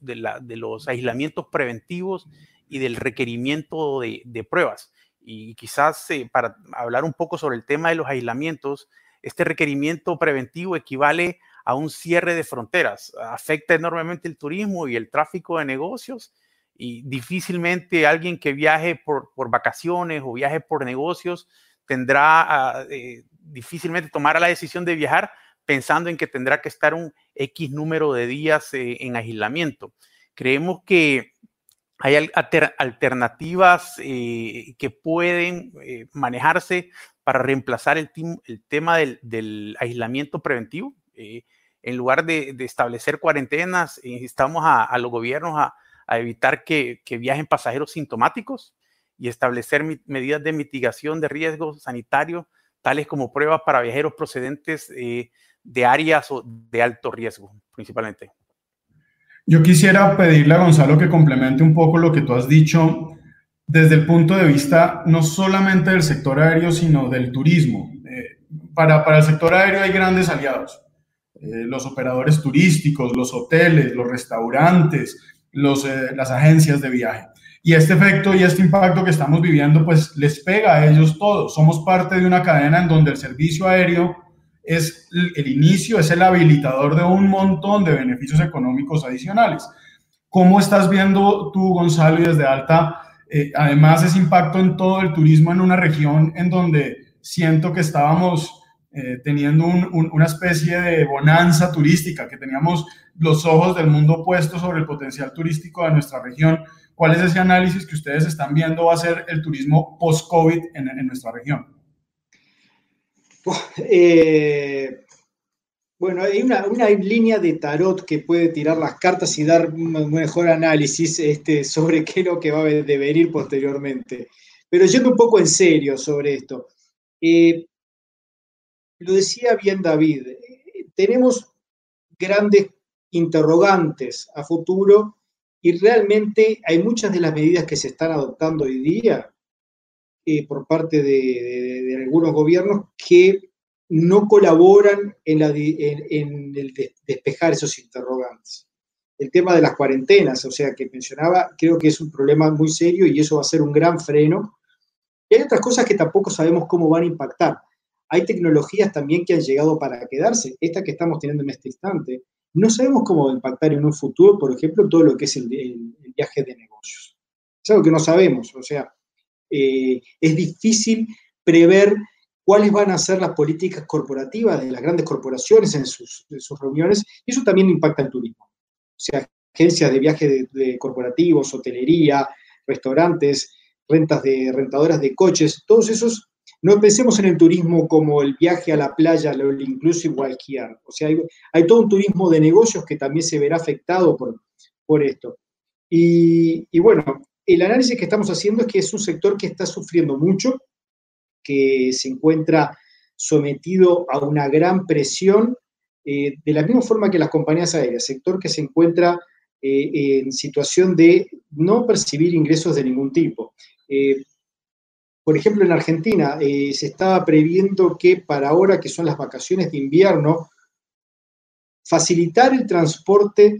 los aislamientos preventivos y del requerimiento de pruebas. Y quizás para hablar un poco sobre el tema de los aislamientos, este requerimiento preventivo equivale a un cierre de fronteras, afecta enormemente el turismo y el tráfico de negocios, y difícilmente alguien que viaje por vacaciones o viaje por negocios tendrá, difícilmente tomará la decisión de viajar pensando en que tendrá que estar un X número de días en aislamiento. Creemos que hay alternativas que pueden manejarse para reemplazar el tema del aislamiento preventivo. En lugar de establecer cuarentenas, instamos a los gobiernos a evitar que viajen pasajeros sintomáticos y establecer medidas de mitigación de riesgos sanitarios, tales como pruebas para viajeros procedentes de áreas de alto riesgo, principalmente. Yo quisiera pedirle a Gonzalo que complemente un poco lo que tú has dicho desde el punto de vista no solamente del sector aéreo, sino del turismo. Para el sector aéreo hay grandes aliados. Los operadores turísticos, los hoteles, los restaurantes, las agencias de viaje. Y este efecto y este impacto que estamos viviendo, pues les pega a ellos todos. Somos parte de una cadena en donde el servicio aéreo es el inicio, es el habilitador de un montón de beneficios económicos adicionales. ¿Cómo estás viendo tú, Gonzalo, y desde Alta, además ese impacto en todo el turismo en una región en donde siento que estábamos teniendo una especie de bonanza turística, que teníamos los ojos del mundo puestos sobre el potencial turístico de nuestra región? ¿Cuál es ese análisis que ustedes están viendo va a ser el turismo post-COVID en nuestra región? Bueno, hay una línea de tarot que puede tirar las cartas y dar un mejor análisis sobre qué es lo que va a devenir posteriormente. Pero yendo un poco en serio sobre esto, lo decía bien David, tenemos grandes interrogantes a futuro y realmente hay muchas de las medidas que se están adoptando hoy día por parte de algunos gobiernos que no colaboran en el despejar esos interrogantes. El tema de las cuarentenas, o sea, que mencionaba, creo que es un problema muy serio y eso va a ser un gran freno. Y hay otras cosas que tampoco sabemos cómo van a impactar. Hay tecnologías también que han llegado para quedarse. Esta que estamos teniendo en este instante, no sabemos cómo va a impactar en un futuro, por ejemplo, todo lo que es el viaje de negocios. Es algo que no sabemos, o sea, es difícil prever cuáles van a ser las políticas corporativas de las grandes corporaciones en sus reuniones, y eso también impacta el turismo. O sea, agencias de viaje de corporativos, hotelería, restaurantes, rentadoras de coches, todos esos. No pensemos en el turismo como el viaje a la playa, el inclusive o esquiar. O sea, hay todo un turismo de negocios que también se verá afectado por esto. Y bueno, el análisis que estamos haciendo es que es un sector que está sufriendo mucho, que se encuentra sometido a una gran presión, de la misma forma que las compañías aéreas, sector que se encuentra en situación de no percibir ingresos de ningún tipo. Por ejemplo, en Argentina se estaba previendo que para ahora, que son las vacaciones de invierno, facilitar el transporte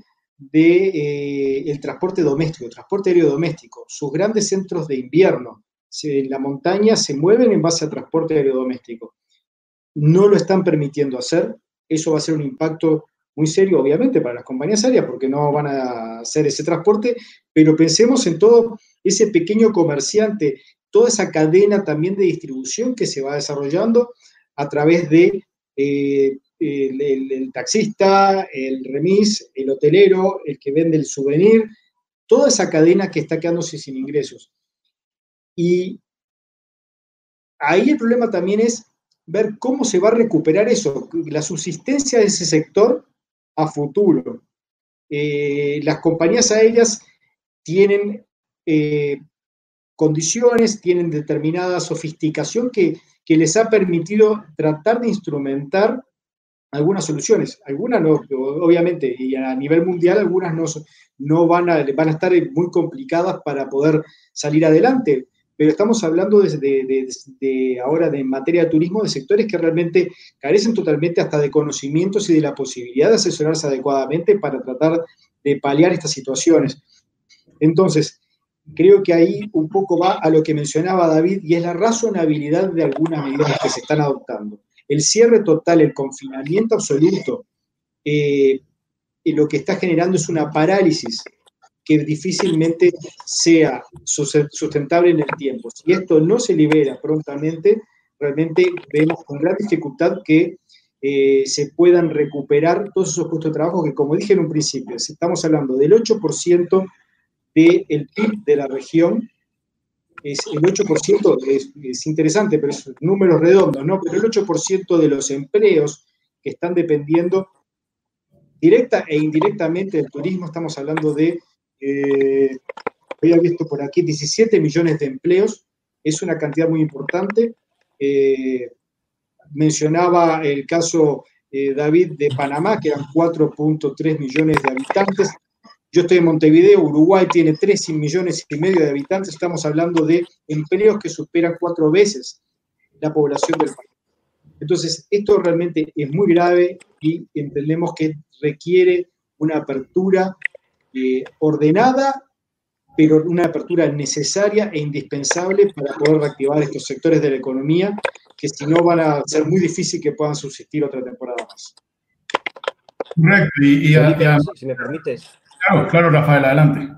el transporte doméstico, el transporte aéreo doméstico. Sus grandes centros de invierno en la montaña se mueven en base a transporte aéreo doméstico. No lo están permitiendo hacer. Eso va a ser un impacto muy serio, obviamente, para las compañías aéreas, porque no van a hacer ese transporte, pero pensemos en todo ese pequeño comerciante, toda esa cadena también de distribución que se va desarrollando a través de el taxista, el remis, el hotelero, el que vende el souvenir, toda esa cadena que está quedándose sin ingresos. Y ahí el problema también es ver cómo se va a recuperar eso, la subsistencia de ese sector a futuro. Las compañías aéreas tienen condiciones, tienen determinada sofisticación que que les ha permitido tratar de instrumentar algunas soluciones. Algunas no, obviamente, y a nivel mundial algunas no van a estar muy complicadas para poder salir adelante. Pero estamos hablando ahora en materia de turismo, de sectores que realmente carecen totalmente hasta de conocimientos y de la posibilidad de asesorarse adecuadamente para tratar de paliar estas situaciones. Entonces, creo que ahí un poco va a lo que mencionaba David, y es la razonabilidad de algunas medidas que se están adoptando. El cierre total, el confinamiento absoluto, lo que está generando es una parálisis que difícilmente sea sustentable en el tiempo. Si esto no se libera prontamente, realmente vemos con gran dificultad que se puedan recuperar todos esos puestos de trabajo que, como dije en un principio, si estamos hablando del 8% del PIB de la región, el 8% es interesante, pero es números redondos, ¿no? Pero el 8% de los empleos que están dependiendo directa e indirectamente del turismo, estamos hablando de, había visto por aquí, 17 millones de empleos, es una cantidad muy importante. Mencionaba el caso, David, de Panamá, que eran 4.3 millones de habitantes. Yo estoy en Montevideo, Uruguay tiene 3,5 millones de habitantes, estamos hablando de empleos que superan 4 veces la población del país. Entonces, esto realmente es muy grave y entendemos que requiere una apertura ordenada, pero una apertura necesaria e indispensable para poder reactivar estos sectores de la economía, que si no van a ser muy difícil que puedan subsistir otra temporada más. Correcto. Felipe, si me permites. Claro, Rafael, adelante.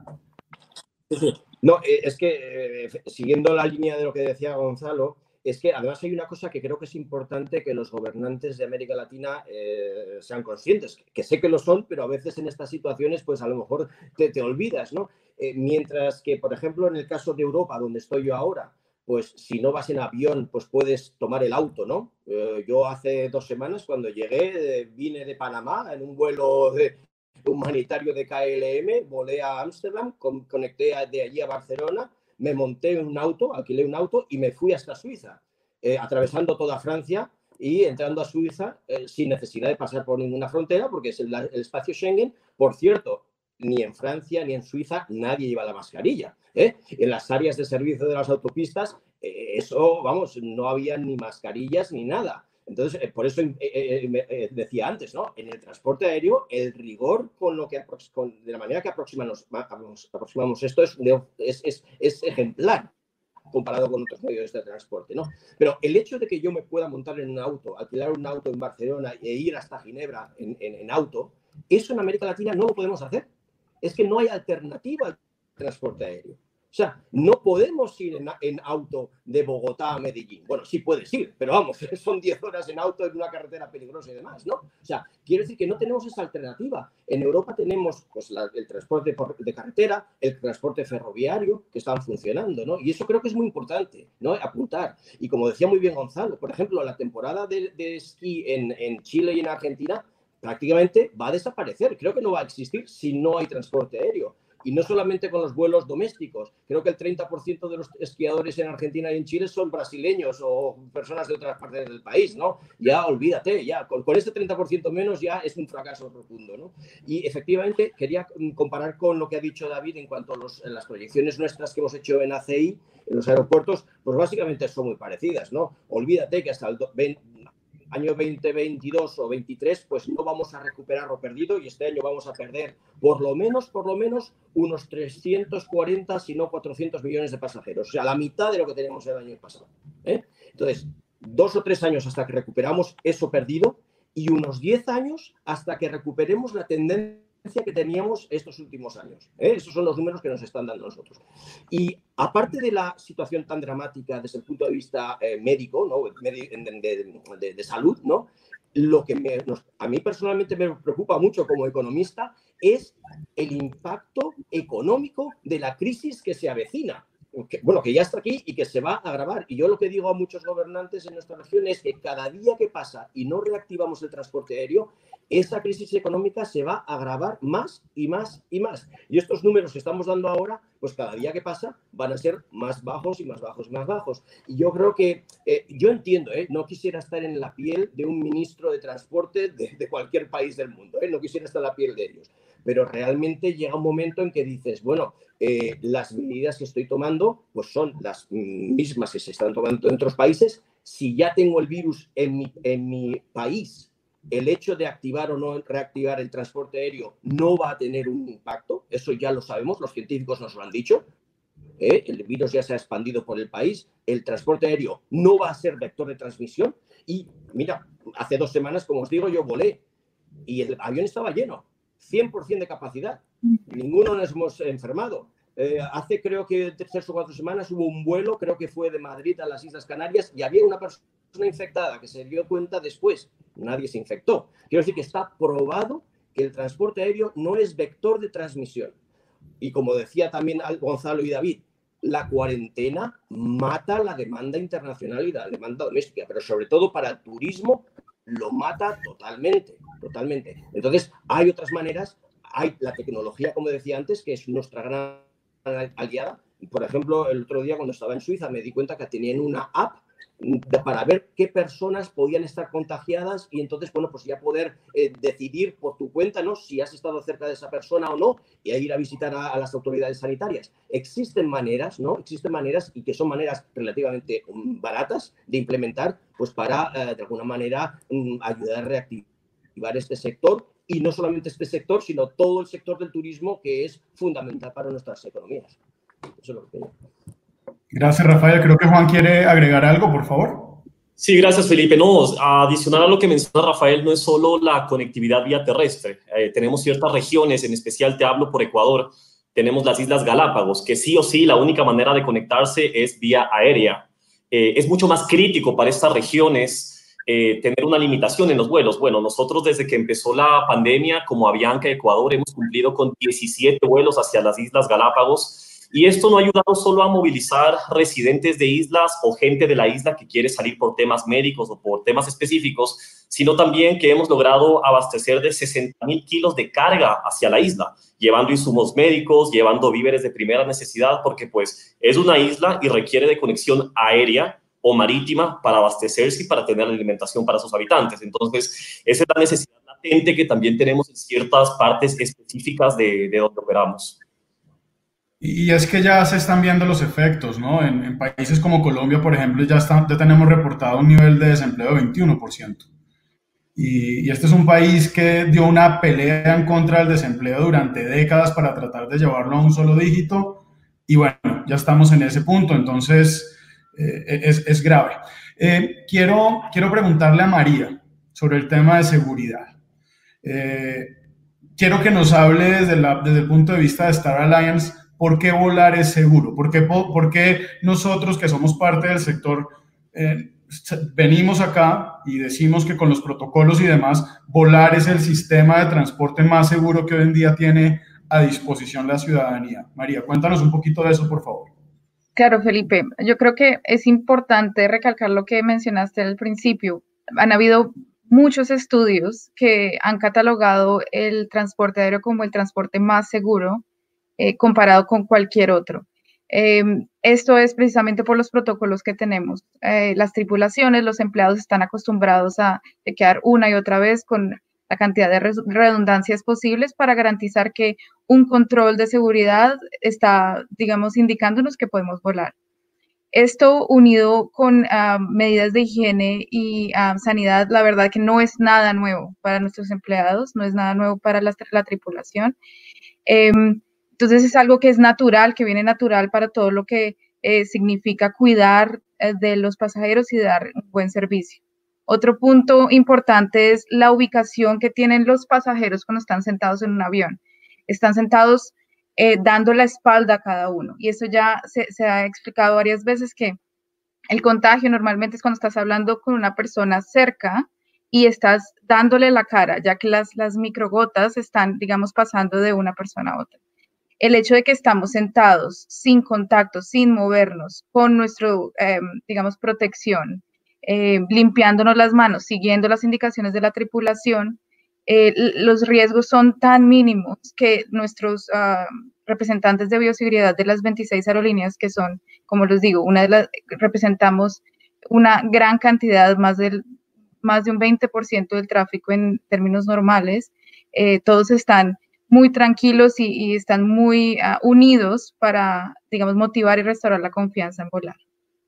No, es que siguiendo la línea de lo que decía Gonzalo, es que además hay una cosa que creo que es importante que los gobernantes de América Latina sean conscientes, que sé que lo son, pero a veces en estas situaciones pues a lo mejor te olvidas, ¿no? Mientras que, por ejemplo, en el caso de Europa, donde estoy yo ahora, pues si no vas en avión, pues puedes tomar el auto, ¿no? Yo hace 2 semanas, cuando llegué, vine de Panamá en un vuelo humanitario de KLM, volé a Ámsterdam, conecté de allí a Barcelona, me monté en un auto, alquilé un auto y me fui hasta Suiza, atravesando toda Francia y entrando a Suiza sin necesidad de pasar por ninguna frontera, porque es el espacio Schengen. Por cierto, ni en Francia ni en Suiza nadie lleva la mascarilla. En las áreas de servicio de las autopistas, eso, vamos, no había ni mascarillas ni nada. Entonces, por eso decía antes, ¿no? En el transporte aéreo, el rigor de la manera que aproximamos esto es ejemplar comparado con otros medios de transporte, ¿no? Pero el hecho de que yo me pueda montar en un auto, alquilar un auto en Barcelona e ir hasta Ginebra en auto, eso en América Latina no lo podemos hacer. Es que no hay alternativa al transporte aéreo. O sea, no podemos ir en auto de Bogotá a Medellín. Bueno, sí puedes ir, pero vamos, son 10 horas en auto en una carretera peligrosa y demás, ¿no? O sea, quiero decir que no tenemos esa alternativa. En Europa tenemos pues, el transporte de carretera, el transporte ferroviario, que están funcionando, ¿no? Y eso creo que es muy importante, ¿no? Apuntar. Y como decía muy bien Gonzalo, por ejemplo, la temporada de esquí en Chile y en Argentina prácticamente va a desaparecer. Creo que no va a existir si no hay transporte aéreo. Y no solamente con los vuelos domésticos. Creo que el 30% de los esquiadores en Argentina y en Chile son brasileños o personas de otras partes del país, ¿no? Ya olvídate, ya con este 30% menos ya es un fracaso rotundo, ¿no? Y efectivamente quería comparar con lo que ha dicho David en cuanto a las proyecciones nuestras que hemos hecho en ACI, en los aeropuertos, pues básicamente son muy parecidas, ¿no? Olvídate que hasta el año 2022 o 2023, pues no vamos a recuperar lo perdido y este año vamos a perder por lo menos unos 340, si no 400 millones de pasajeros. O sea, la mitad de lo que teníamos el año pasado. Entonces, 2 o 3 años hasta que recuperamos eso perdido y unos 10 años hasta que recuperemos la tendencia que teníamos estos últimos años. Esos son los números que nos están dando nosotros. Y aparte de la situación tan dramática desde el punto de vista médico, ¿no? de salud, ¿no? Lo que a mí personalmente me preocupa mucho como economista es el impacto económico de la crisis que se avecina. que ya está aquí y que se va a agravar. Y yo lo que digo a muchos gobernantes en nuestra región es que cada día que pasa y no reactivamos el transporte aéreo, esa crisis económica se va a agravar más y más y más. Y estos números que estamos dando ahora, pues cada día que pasa van a ser más bajos y más bajos y más bajos. Y yo creo que, yo entiendo, no quisiera estar en la piel de un ministro de transporte de cualquier país del mundo, no quisiera estar en la piel de ellos. Pero realmente llega un momento en que dices, bueno, las medidas que estoy tomando pues son las mismas que se están tomando en otros países. Si ya tengo el virus en mi país, el hecho de activar o no reactivar el transporte aéreo no va a tener un impacto. Eso ya lo sabemos, los científicos nos lo han dicho. El virus ya se ha expandido por el país. El transporte aéreo no va a ser vector de transmisión. Y mira, hace 2 semanas, como os digo, yo volé y el avión estaba lleno. 100% de capacidad. Ninguno nos hemos enfermado. Hace creo que 3 o 4 semanas hubo un vuelo, creo que fue de Madrid a las Islas Canarias, y había una persona infectada que se dio cuenta después. Nadie se infectó. Quiero decir que está probado que el transporte aéreo no es vector de transmisión. Y como decía también Gonzalo y David, la cuarentena mata la demanda internacional y la demanda doméstica, pero sobre todo para el turismo lo mata totalmente. Totalmente. Entonces, hay otras maneras, hay la tecnología, como decía antes, que es nuestra gran aliada. Por ejemplo, el otro día cuando estaba en Suiza me di cuenta que tenían una app para ver qué personas podían estar contagiadas y entonces, bueno, pues ya poder decidir por tu cuenta, ¿no?, si has estado cerca de esa persona o no, y ir a visitar a las autoridades sanitarias. Existen maneras, ¿no? Existen maneras, y que son maneras relativamente baratas de implementar, pues para, de alguna manera, ayudar a reactivar este sector, y no solamente este sector, sino todo el sector del turismo, que es fundamental para nuestras economías. Eso es lo que tengo. Gracias, Rafael. Creo que Juan quiere agregar algo, por favor. Sí, gracias, Felipe. No, adicional a lo que menciona Rafael, no es solo la conectividad vía terrestre. Tenemos ciertas regiones, en especial te hablo por Ecuador, tenemos las Islas Galápagos, que sí o sí la única manera de conectarse es vía aérea. Es mucho más crítico para estas regiones tener una limitación en los vuelos. Bueno, nosotros desde que empezó la pandemia, como Avianca Ecuador, hemos cumplido con 17 vuelos hacia las Islas Galápagos. Y esto no ha ayudado solo a movilizar residentes de islas o gente de la isla que quiere salir por temas médicos o por temas específicos, sino también que hemos logrado abastecer de 60,000 kilos de carga hacia la isla, llevando insumos médicos, llevando víveres de primera necesidad, porque pues es una isla y requiere de conexión aérea o marítima para abastecerse y para tener la alimentación para sus habitantes. Entonces, esa es la necesidad latente que también tenemos en ciertas partes específicas de donde operamos. Y es que ya se están viendo los efectos, ¿no? En países como Colombia, por ejemplo, ya tenemos reportado un nivel de desempleo de 21%. Y este es un país que dio una pelea en contra del desempleo durante décadas para tratar de llevarlo a un solo dígito. Y bueno, ya estamos en ese punto, entonces es grave. Quiero preguntarle a María sobre el tema de seguridad. Quiero que nos hable desde el punto de vista de Star Alliance. ¿Por qué volar es seguro? ¿Por qué nosotros, que somos parte del sector, venimos acá y decimos que con los protocolos y demás, volar es el sistema de transporte más seguro que hoy en día tiene a disposición la ciudadanía? María, cuéntanos un poquito de eso, por favor. Claro, Felipe. Yo creo que es importante recalcar lo que mencionaste al principio. Han habido muchos estudios que han catalogado el transporte aéreo como el transporte más seguro comparado con cualquier otro. Esto es precisamente por los protocolos que tenemos. Las tripulaciones, los empleados están acostumbrados a quedar una y otra vez con la cantidad de redundancias posibles para garantizar que un control de seguridad está, digamos, indicándonos que podemos volar. Esto unido con medidas de higiene y sanidad, la verdad que no es nada nuevo para nuestros empleados, no es nada nuevo para la tripulación. Entonces es algo que es natural, que viene natural para todo lo que significa cuidar de los pasajeros y dar un buen servicio. Otro punto importante es la ubicación que tienen los pasajeros cuando están sentados en un avión. Están sentados dando la espalda a cada uno. Y eso ya se ha explicado varias veces, que el contagio normalmente es cuando estás hablando con una persona cerca y estás dándole la cara, ya que las microgotas están, digamos, pasando de una persona a otra. el hecho de que estamos sentados, sin contacto, sin movernos, con nuestro, digamos, protección, limpiándonos las manos, siguiendo las indicaciones de la tripulación, los riesgos son tan mínimos que nuestros representantes de bioseguridad de las 26 aerolíneas, que son, como les digo, representamos una gran cantidad, más de un 20% del tráfico en términos normales, todos están muy tranquilos y están muy unidos para, digamos, motivar y restaurar la confianza en volar.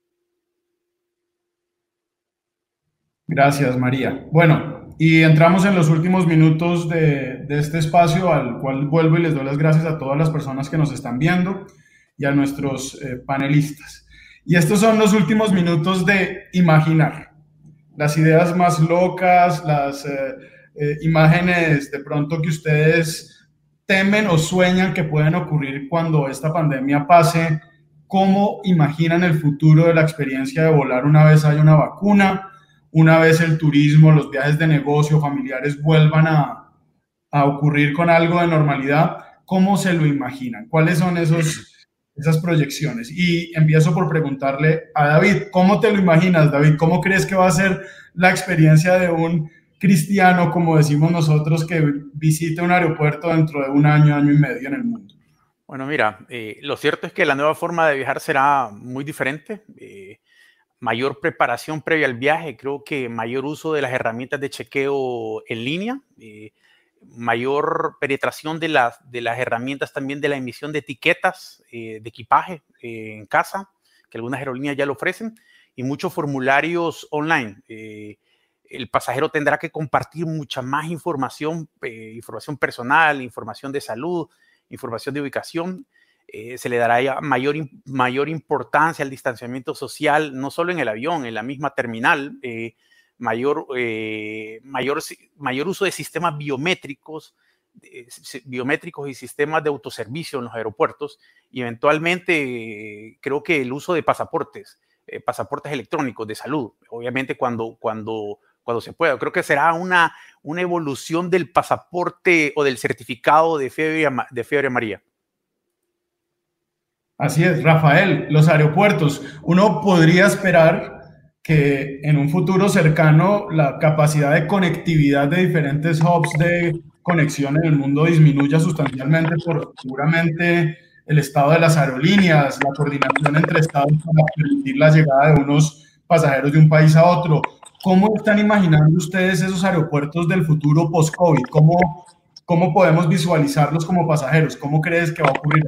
Gracias, María. Bueno, y entramos en los últimos minutos de este espacio, al cual vuelvo y les doy las gracias a todas las personas que nos están viendo y a nuestros panelistas. Y estos son los últimos minutos de imaginar. Las ideas más locas, las imágenes de pronto que ustedes temen o sueñan que pueden ocurrir cuando esta pandemia pase. ¿Cómo imaginan el futuro de la experiencia de volar una vez haya una vacuna? Una vez el turismo, los viajes de negocio, familiares vuelvan a ocurrir con algo de normalidad, ¿cómo se lo imaginan? ¿Cuáles son esas proyecciones? Y empiezo por preguntarle a David, ¿cómo te lo imaginas, David? ¿Cómo crees que va a ser la experiencia de un cristiano, como decimos nosotros, que visite un aeropuerto dentro de un año, año y medio en el mundo? Bueno, mira, lo cierto es que la nueva forma de viajar será muy diferente. Mayor preparación previa al viaje, creo que mayor uso de las herramientas de chequeo en línea, mayor penetración de las herramientas también de la emisión de etiquetas de equipaje en casa, que algunas aerolíneas ya lo ofrecen, y muchos formularios online. El pasajero tendrá que compartir mucha más información, información personal, información de salud, información de ubicación. Se le dará ya mayor importancia al distanciamiento social, no solo en el avión, en la misma terminal, mayor uso de sistemas biométricos y sistemas de autoservicio en los aeropuertos, y eventualmente creo que el uso de pasaportes electrónicos de salud, obviamente cuando se pueda. Creo que será una evolución del pasaporte o del certificado de fiebre amarilla. Así es, Rafael, los aeropuertos. Uno podría esperar que en un futuro cercano la capacidad de conectividad de diferentes hubs de conexión en el mundo disminuya sustancialmente por seguramente el estado de las aerolíneas, la coordinación entre estados para permitir la llegada de unos pasajeros de un país a otro. ¿Cómo están imaginando ustedes esos aeropuertos del futuro post-COVID? ¿Cómo podemos visualizarlos como pasajeros? ¿Cómo crees que va a ocurrir?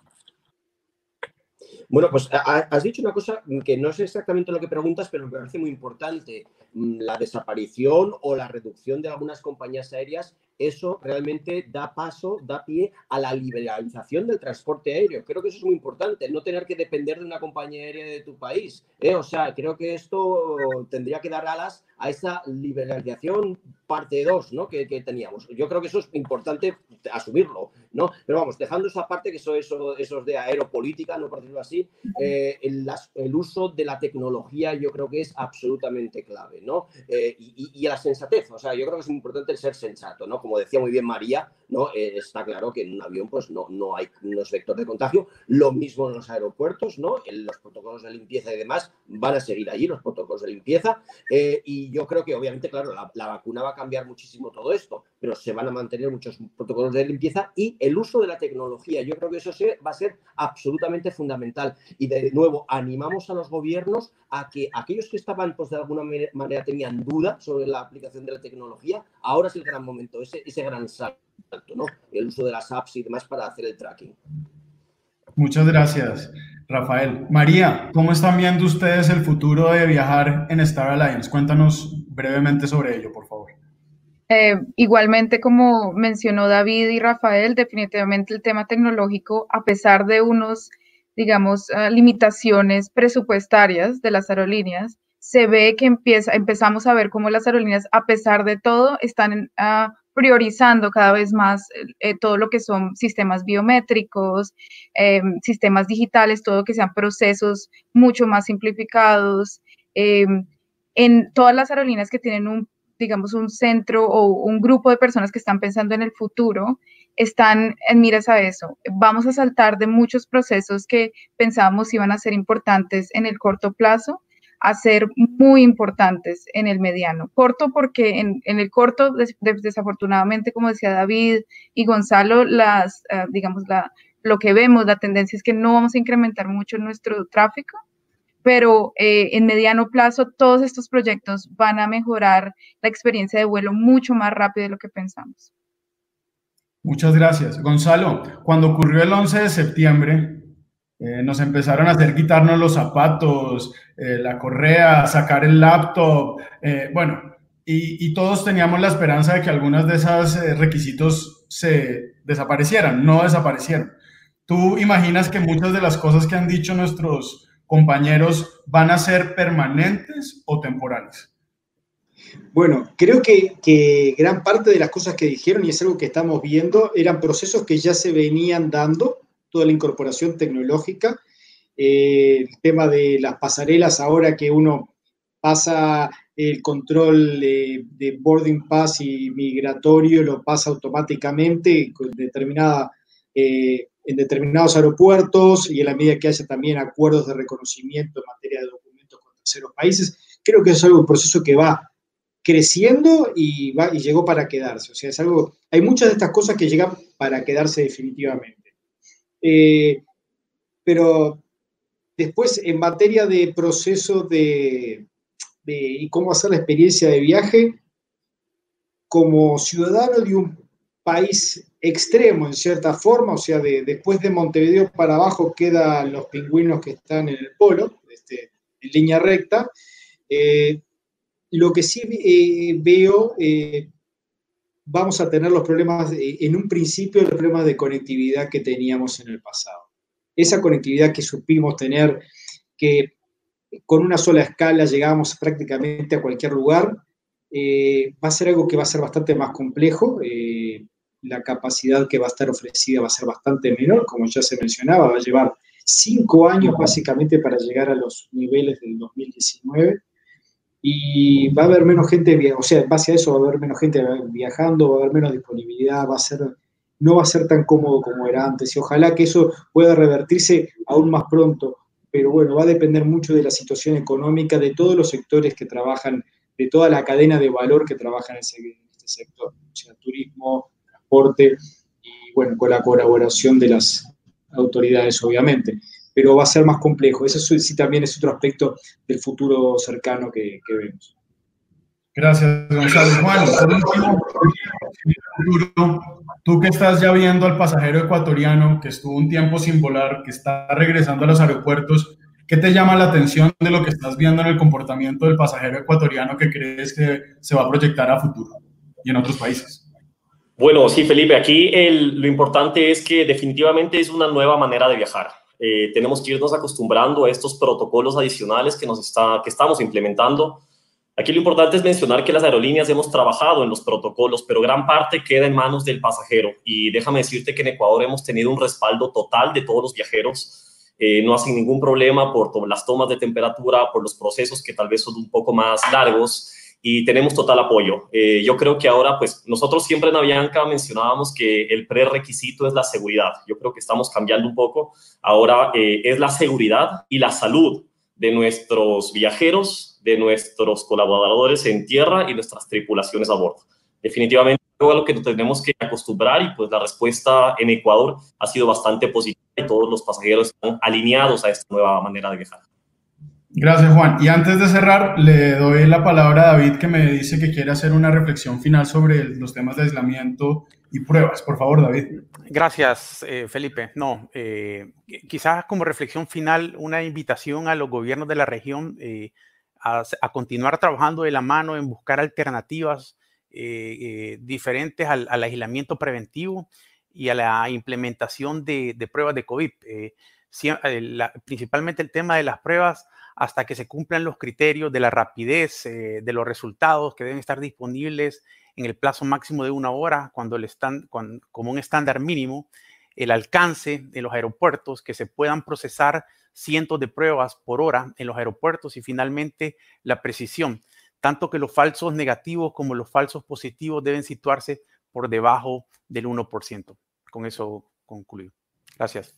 Bueno, pues has dicho una cosa que no sé exactamente lo que preguntas, pero me parece muy importante. La desaparición o la reducción de algunas compañías aéreas, eso realmente da pie a la liberalización del transporte aéreo. Creo que eso es muy importante, no tener que depender de una compañía aérea de tu país. O sea, creo que esto tendría que dar alas a esa liberalización parte 2, ¿no? que teníamos. Yo creo que eso es importante asumirlo, ¿no? Pero vamos, dejando esa parte, que eso es de aeropolítica, no por decirlo así, el uso de la tecnología yo creo que es absolutamente clave, ¿no? Y la sensatez, o sea, yo creo que es muy importante el ser sensato, ¿no? Como decía muy bien María, ¿no? Está claro que en un avión pues no es vector de contagio, lo mismo en los aeropuertos, ¿no? Los protocolos de limpieza y demás van a seguir allí, los protocolos de limpieza, y yo creo que obviamente, claro, la vacuna va a cambiar muchísimo todo esto, pero se van a mantener muchos protocolos de limpieza y el uso de la tecnología. Yo creo que eso va a ser absolutamente fundamental. Y de nuevo, animamos a los gobiernos a que aquellos que estaban, pues de alguna manera tenían duda sobre la aplicación de la tecnología, ahora es el gran momento, ese gran salto, ¿no? El uso de las apps y demás para hacer el tracking. Muchas gracias, Rafael. María, ¿cómo están viendo ustedes el futuro de viajar en Star Alliance? Cuéntanos brevemente sobre ello, por favor. Igualmente, como mencionó David y Rafael, definitivamente el tema tecnológico, a pesar de unos, digamos, limitaciones presupuestarias de las aerolíneas, se ve que empezamos a ver cómo las aerolíneas, a pesar de todo, están priorizando cada vez más todo lo que son sistemas biométricos, sistemas digitales, todo que sean procesos mucho más simplificados. En todas las aerolíneas que tienen digamos, un centro o un grupo de personas que están pensando en el futuro, están en miras a eso. Vamos a saltar de muchos procesos que pensábamos iban a ser importantes en el corto plazo a ser muy importantes en el mediano. Corto porque en el corto, desafortunadamente, como decía David y Gonzalo, lo que vemos, la tendencia es que no vamos a incrementar mucho nuestro tráfico, pero en mediano plazo todos estos proyectos van a mejorar la experiencia de vuelo mucho más rápido de lo que pensamos. Muchas gracias. Gonzalo, cuando ocurrió el 11 de septiembre, nos empezaron a hacer quitarnos los zapatos, la correa, sacar el laptop, y todos teníamos la esperanza de que algunos de esos requisitos se desaparecieran, no desaparecieron. ¿Tú imaginas que muchas de las cosas que han dicho nuestros compañeros van a ser permanentes o temporales? Bueno, creo que gran parte de las cosas que dijeron, y es algo que estamos viendo, eran procesos que ya se venían dando, toda la incorporación tecnológica, el tema de las pasarelas, ahora que uno pasa el control de boarding pass y migratorio, lo pasa automáticamente en determinados aeropuertos, y en la medida que haya también acuerdos de reconocimiento en materia de documentos con terceros países, creo que es un proceso que va creciendo y llegó para quedarse. O sea, hay muchas de estas cosas que llegan para quedarse definitivamente. Pero después, en materia de proceso y cómo hacer la experiencia de viaje, como ciudadano de un país extremo, en cierta forma, o sea, después de Montevideo para abajo quedan los pingüinos que están en el polo, en línea recta. Lo que sí veo, vamos a tener los problemas, en un principio, los problemas de conectividad que teníamos en el pasado. Esa conectividad que supimos tener, que con una sola escala llegábamos prácticamente a cualquier lugar, va a ser algo que va a ser bastante más complejo. La capacidad que va a estar ofrecida va a ser bastante menor, como ya se mencionaba, va a llevar 5 años básicamente para llegar a los niveles del 2019. Y va a haber menos gente, o sea, en base a eso va a haber menos gente viajando, va a haber menos disponibilidad, no va a ser tan cómodo como era antes, y ojalá que eso pueda revertirse aún más pronto, pero bueno, va a depender mucho de la situación económica de todos los sectores que trabajan, de toda la cadena de valor que trabaja en este sector, o sea, turismo, transporte, y bueno, con la colaboración de las autoridades, obviamente. Pero va a ser más complejo. Eso sí también es otro aspecto del futuro cercano que vemos. Gracias, Gonzalo. Juan, por último, tú que estás ya viendo al pasajero ecuatoriano que estuvo un tiempo sin volar, que está regresando a los aeropuertos, ¿qué te llama la atención de lo que estás viendo en el comportamiento del pasajero ecuatoriano que crees que se va a proyectar a futuro y en otros países? Bueno, sí, Felipe, aquí lo importante es que definitivamente es una nueva manera de viajar. Tenemos que irnos acostumbrando a estos protocolos adicionales que estamos implementando. Aquí lo importante es mencionar que las aerolíneas hemos trabajado en los protocolos, pero gran parte queda en manos del pasajero. Y déjame decirte que en Ecuador hemos tenido un respaldo total de todos los viajeros. No hacen ningún problema por las tomas de temperatura, por los procesos que tal vez son un poco más largos, y tenemos total apoyo. Yo creo que ahora, pues, nosotros siempre en Avianca mencionábamos que el prerequisito es la seguridad. Yo creo que estamos cambiando un poco. Ahora es la seguridad y la salud de nuestros viajeros, de nuestros colaboradores en tierra y nuestras tripulaciones a bordo. Definitivamente es algo a lo que nos tenemos que acostumbrar, y pues la respuesta en Ecuador ha sido bastante positiva y todos los pasajeros están alineados a esta nueva manera de viajar. Gracias, Juan. Y antes de cerrar, le doy la palabra a David, que me dice que quiere hacer una reflexión final sobre los temas de aislamiento y pruebas. Por favor, David. Gracias, Felipe. Quizás como reflexión final, una invitación a los gobiernos de la región a continuar trabajando de la mano en buscar alternativas diferentes al aislamiento preventivo y a la implementación de pruebas de COVID. Principalmente el tema de las pruebas, hasta que se cumplan los criterios de la rapidez de los resultados, que deben estar disponibles en el plazo máximo de 1 hora, como un estándar mínimo, el alcance en los aeropuertos, que se puedan procesar cientos de pruebas por hora en los aeropuertos, y finalmente la precisión, tanto que los falsos negativos como los falsos positivos deben situarse por debajo del 1%. Con eso concluyo. Gracias.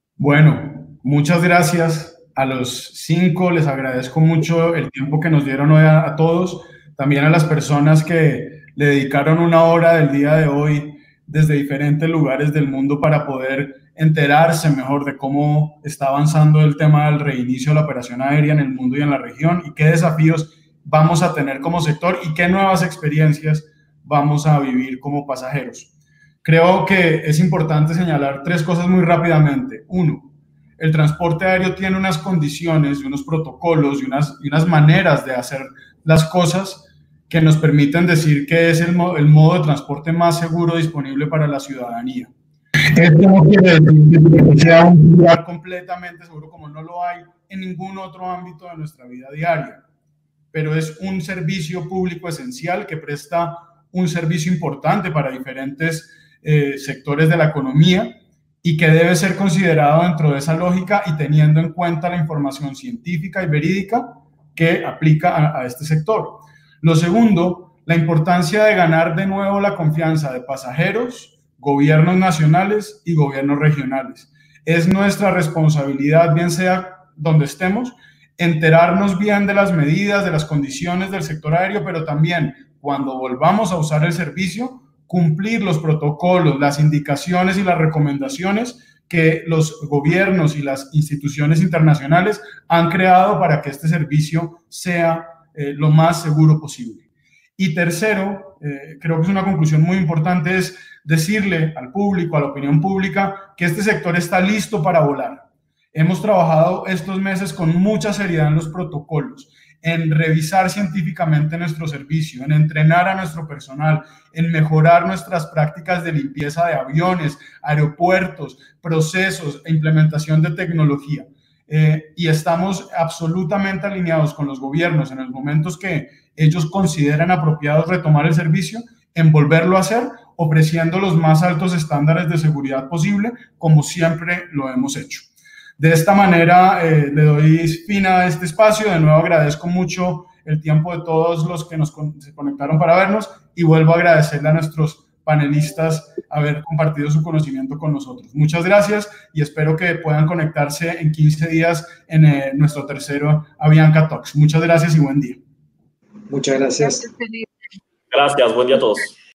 Bueno, muchas gracias a los 5. Les agradezco mucho el tiempo que nos dieron hoy a todos. También a las personas que le dedicaron una hora del día de hoy desde diferentes lugares del mundo para poder enterarse mejor de cómo está avanzando el tema del reinicio de la operación aérea en el mundo y en la región y qué desafíos vamos a tener como sector y qué nuevas experiencias vamos a vivir como pasajeros. Creo que es importante señalar 3 cosas muy rápidamente. 1, el transporte aéreo tiene unas condiciones y unos protocolos y unas maneras de hacer las cosas que nos permiten decir que es el modo de transporte más seguro disponible para la ciudadanía. Esto no quiere decir que sea un lugar completamente seguro como no lo hay en ningún otro ámbito de nuestra vida diaria, pero es un servicio público esencial que presta un servicio importante para diferentes sectores de la economía y que debe ser considerado dentro de esa lógica y teniendo en cuenta la información científica y verídica que aplica a este sector. Lo segundo, la importancia de ganar de nuevo la confianza de pasajeros, gobiernos nacionales y gobiernos regionales. Es nuestra responsabilidad, bien sea donde estemos, enterarnos bien de las medidas, de las condiciones del sector aéreo, pero también cuando volvamos a usar el servicio, cumplir los protocolos, las indicaciones y las recomendaciones que los gobiernos y las instituciones internacionales han creado para que este servicio sea lo más seguro posible. Y tercero, creo que es una conclusión muy importante, es decirle al público, a la opinión pública, que este sector está listo para volar. Hemos trabajado estos meses con mucha seriedad en los protocolos, en revisar científicamente nuestro servicio, en entrenar a nuestro personal, en mejorar nuestras prácticas de limpieza de aviones, aeropuertos, procesos e implementación de tecnología. Y estamos absolutamente alineados con los gobiernos en los momentos que ellos consideran apropiados retomar el servicio, en volverlo a hacer, ofreciendo los más altos estándares de seguridad posible, como siempre lo hemos hecho. De esta manera le doy fin a este espacio. De nuevo agradezco mucho el tiempo de todos los que se conectaron para vernos y vuelvo a agradecerle a nuestros panelistas haber compartido su conocimiento con nosotros. Muchas gracias y espero que puedan conectarse en 15 días en nuestro tercero Avianca Talks. Muchas gracias y buen día. Muchas gracias. Gracias, buen día a todos.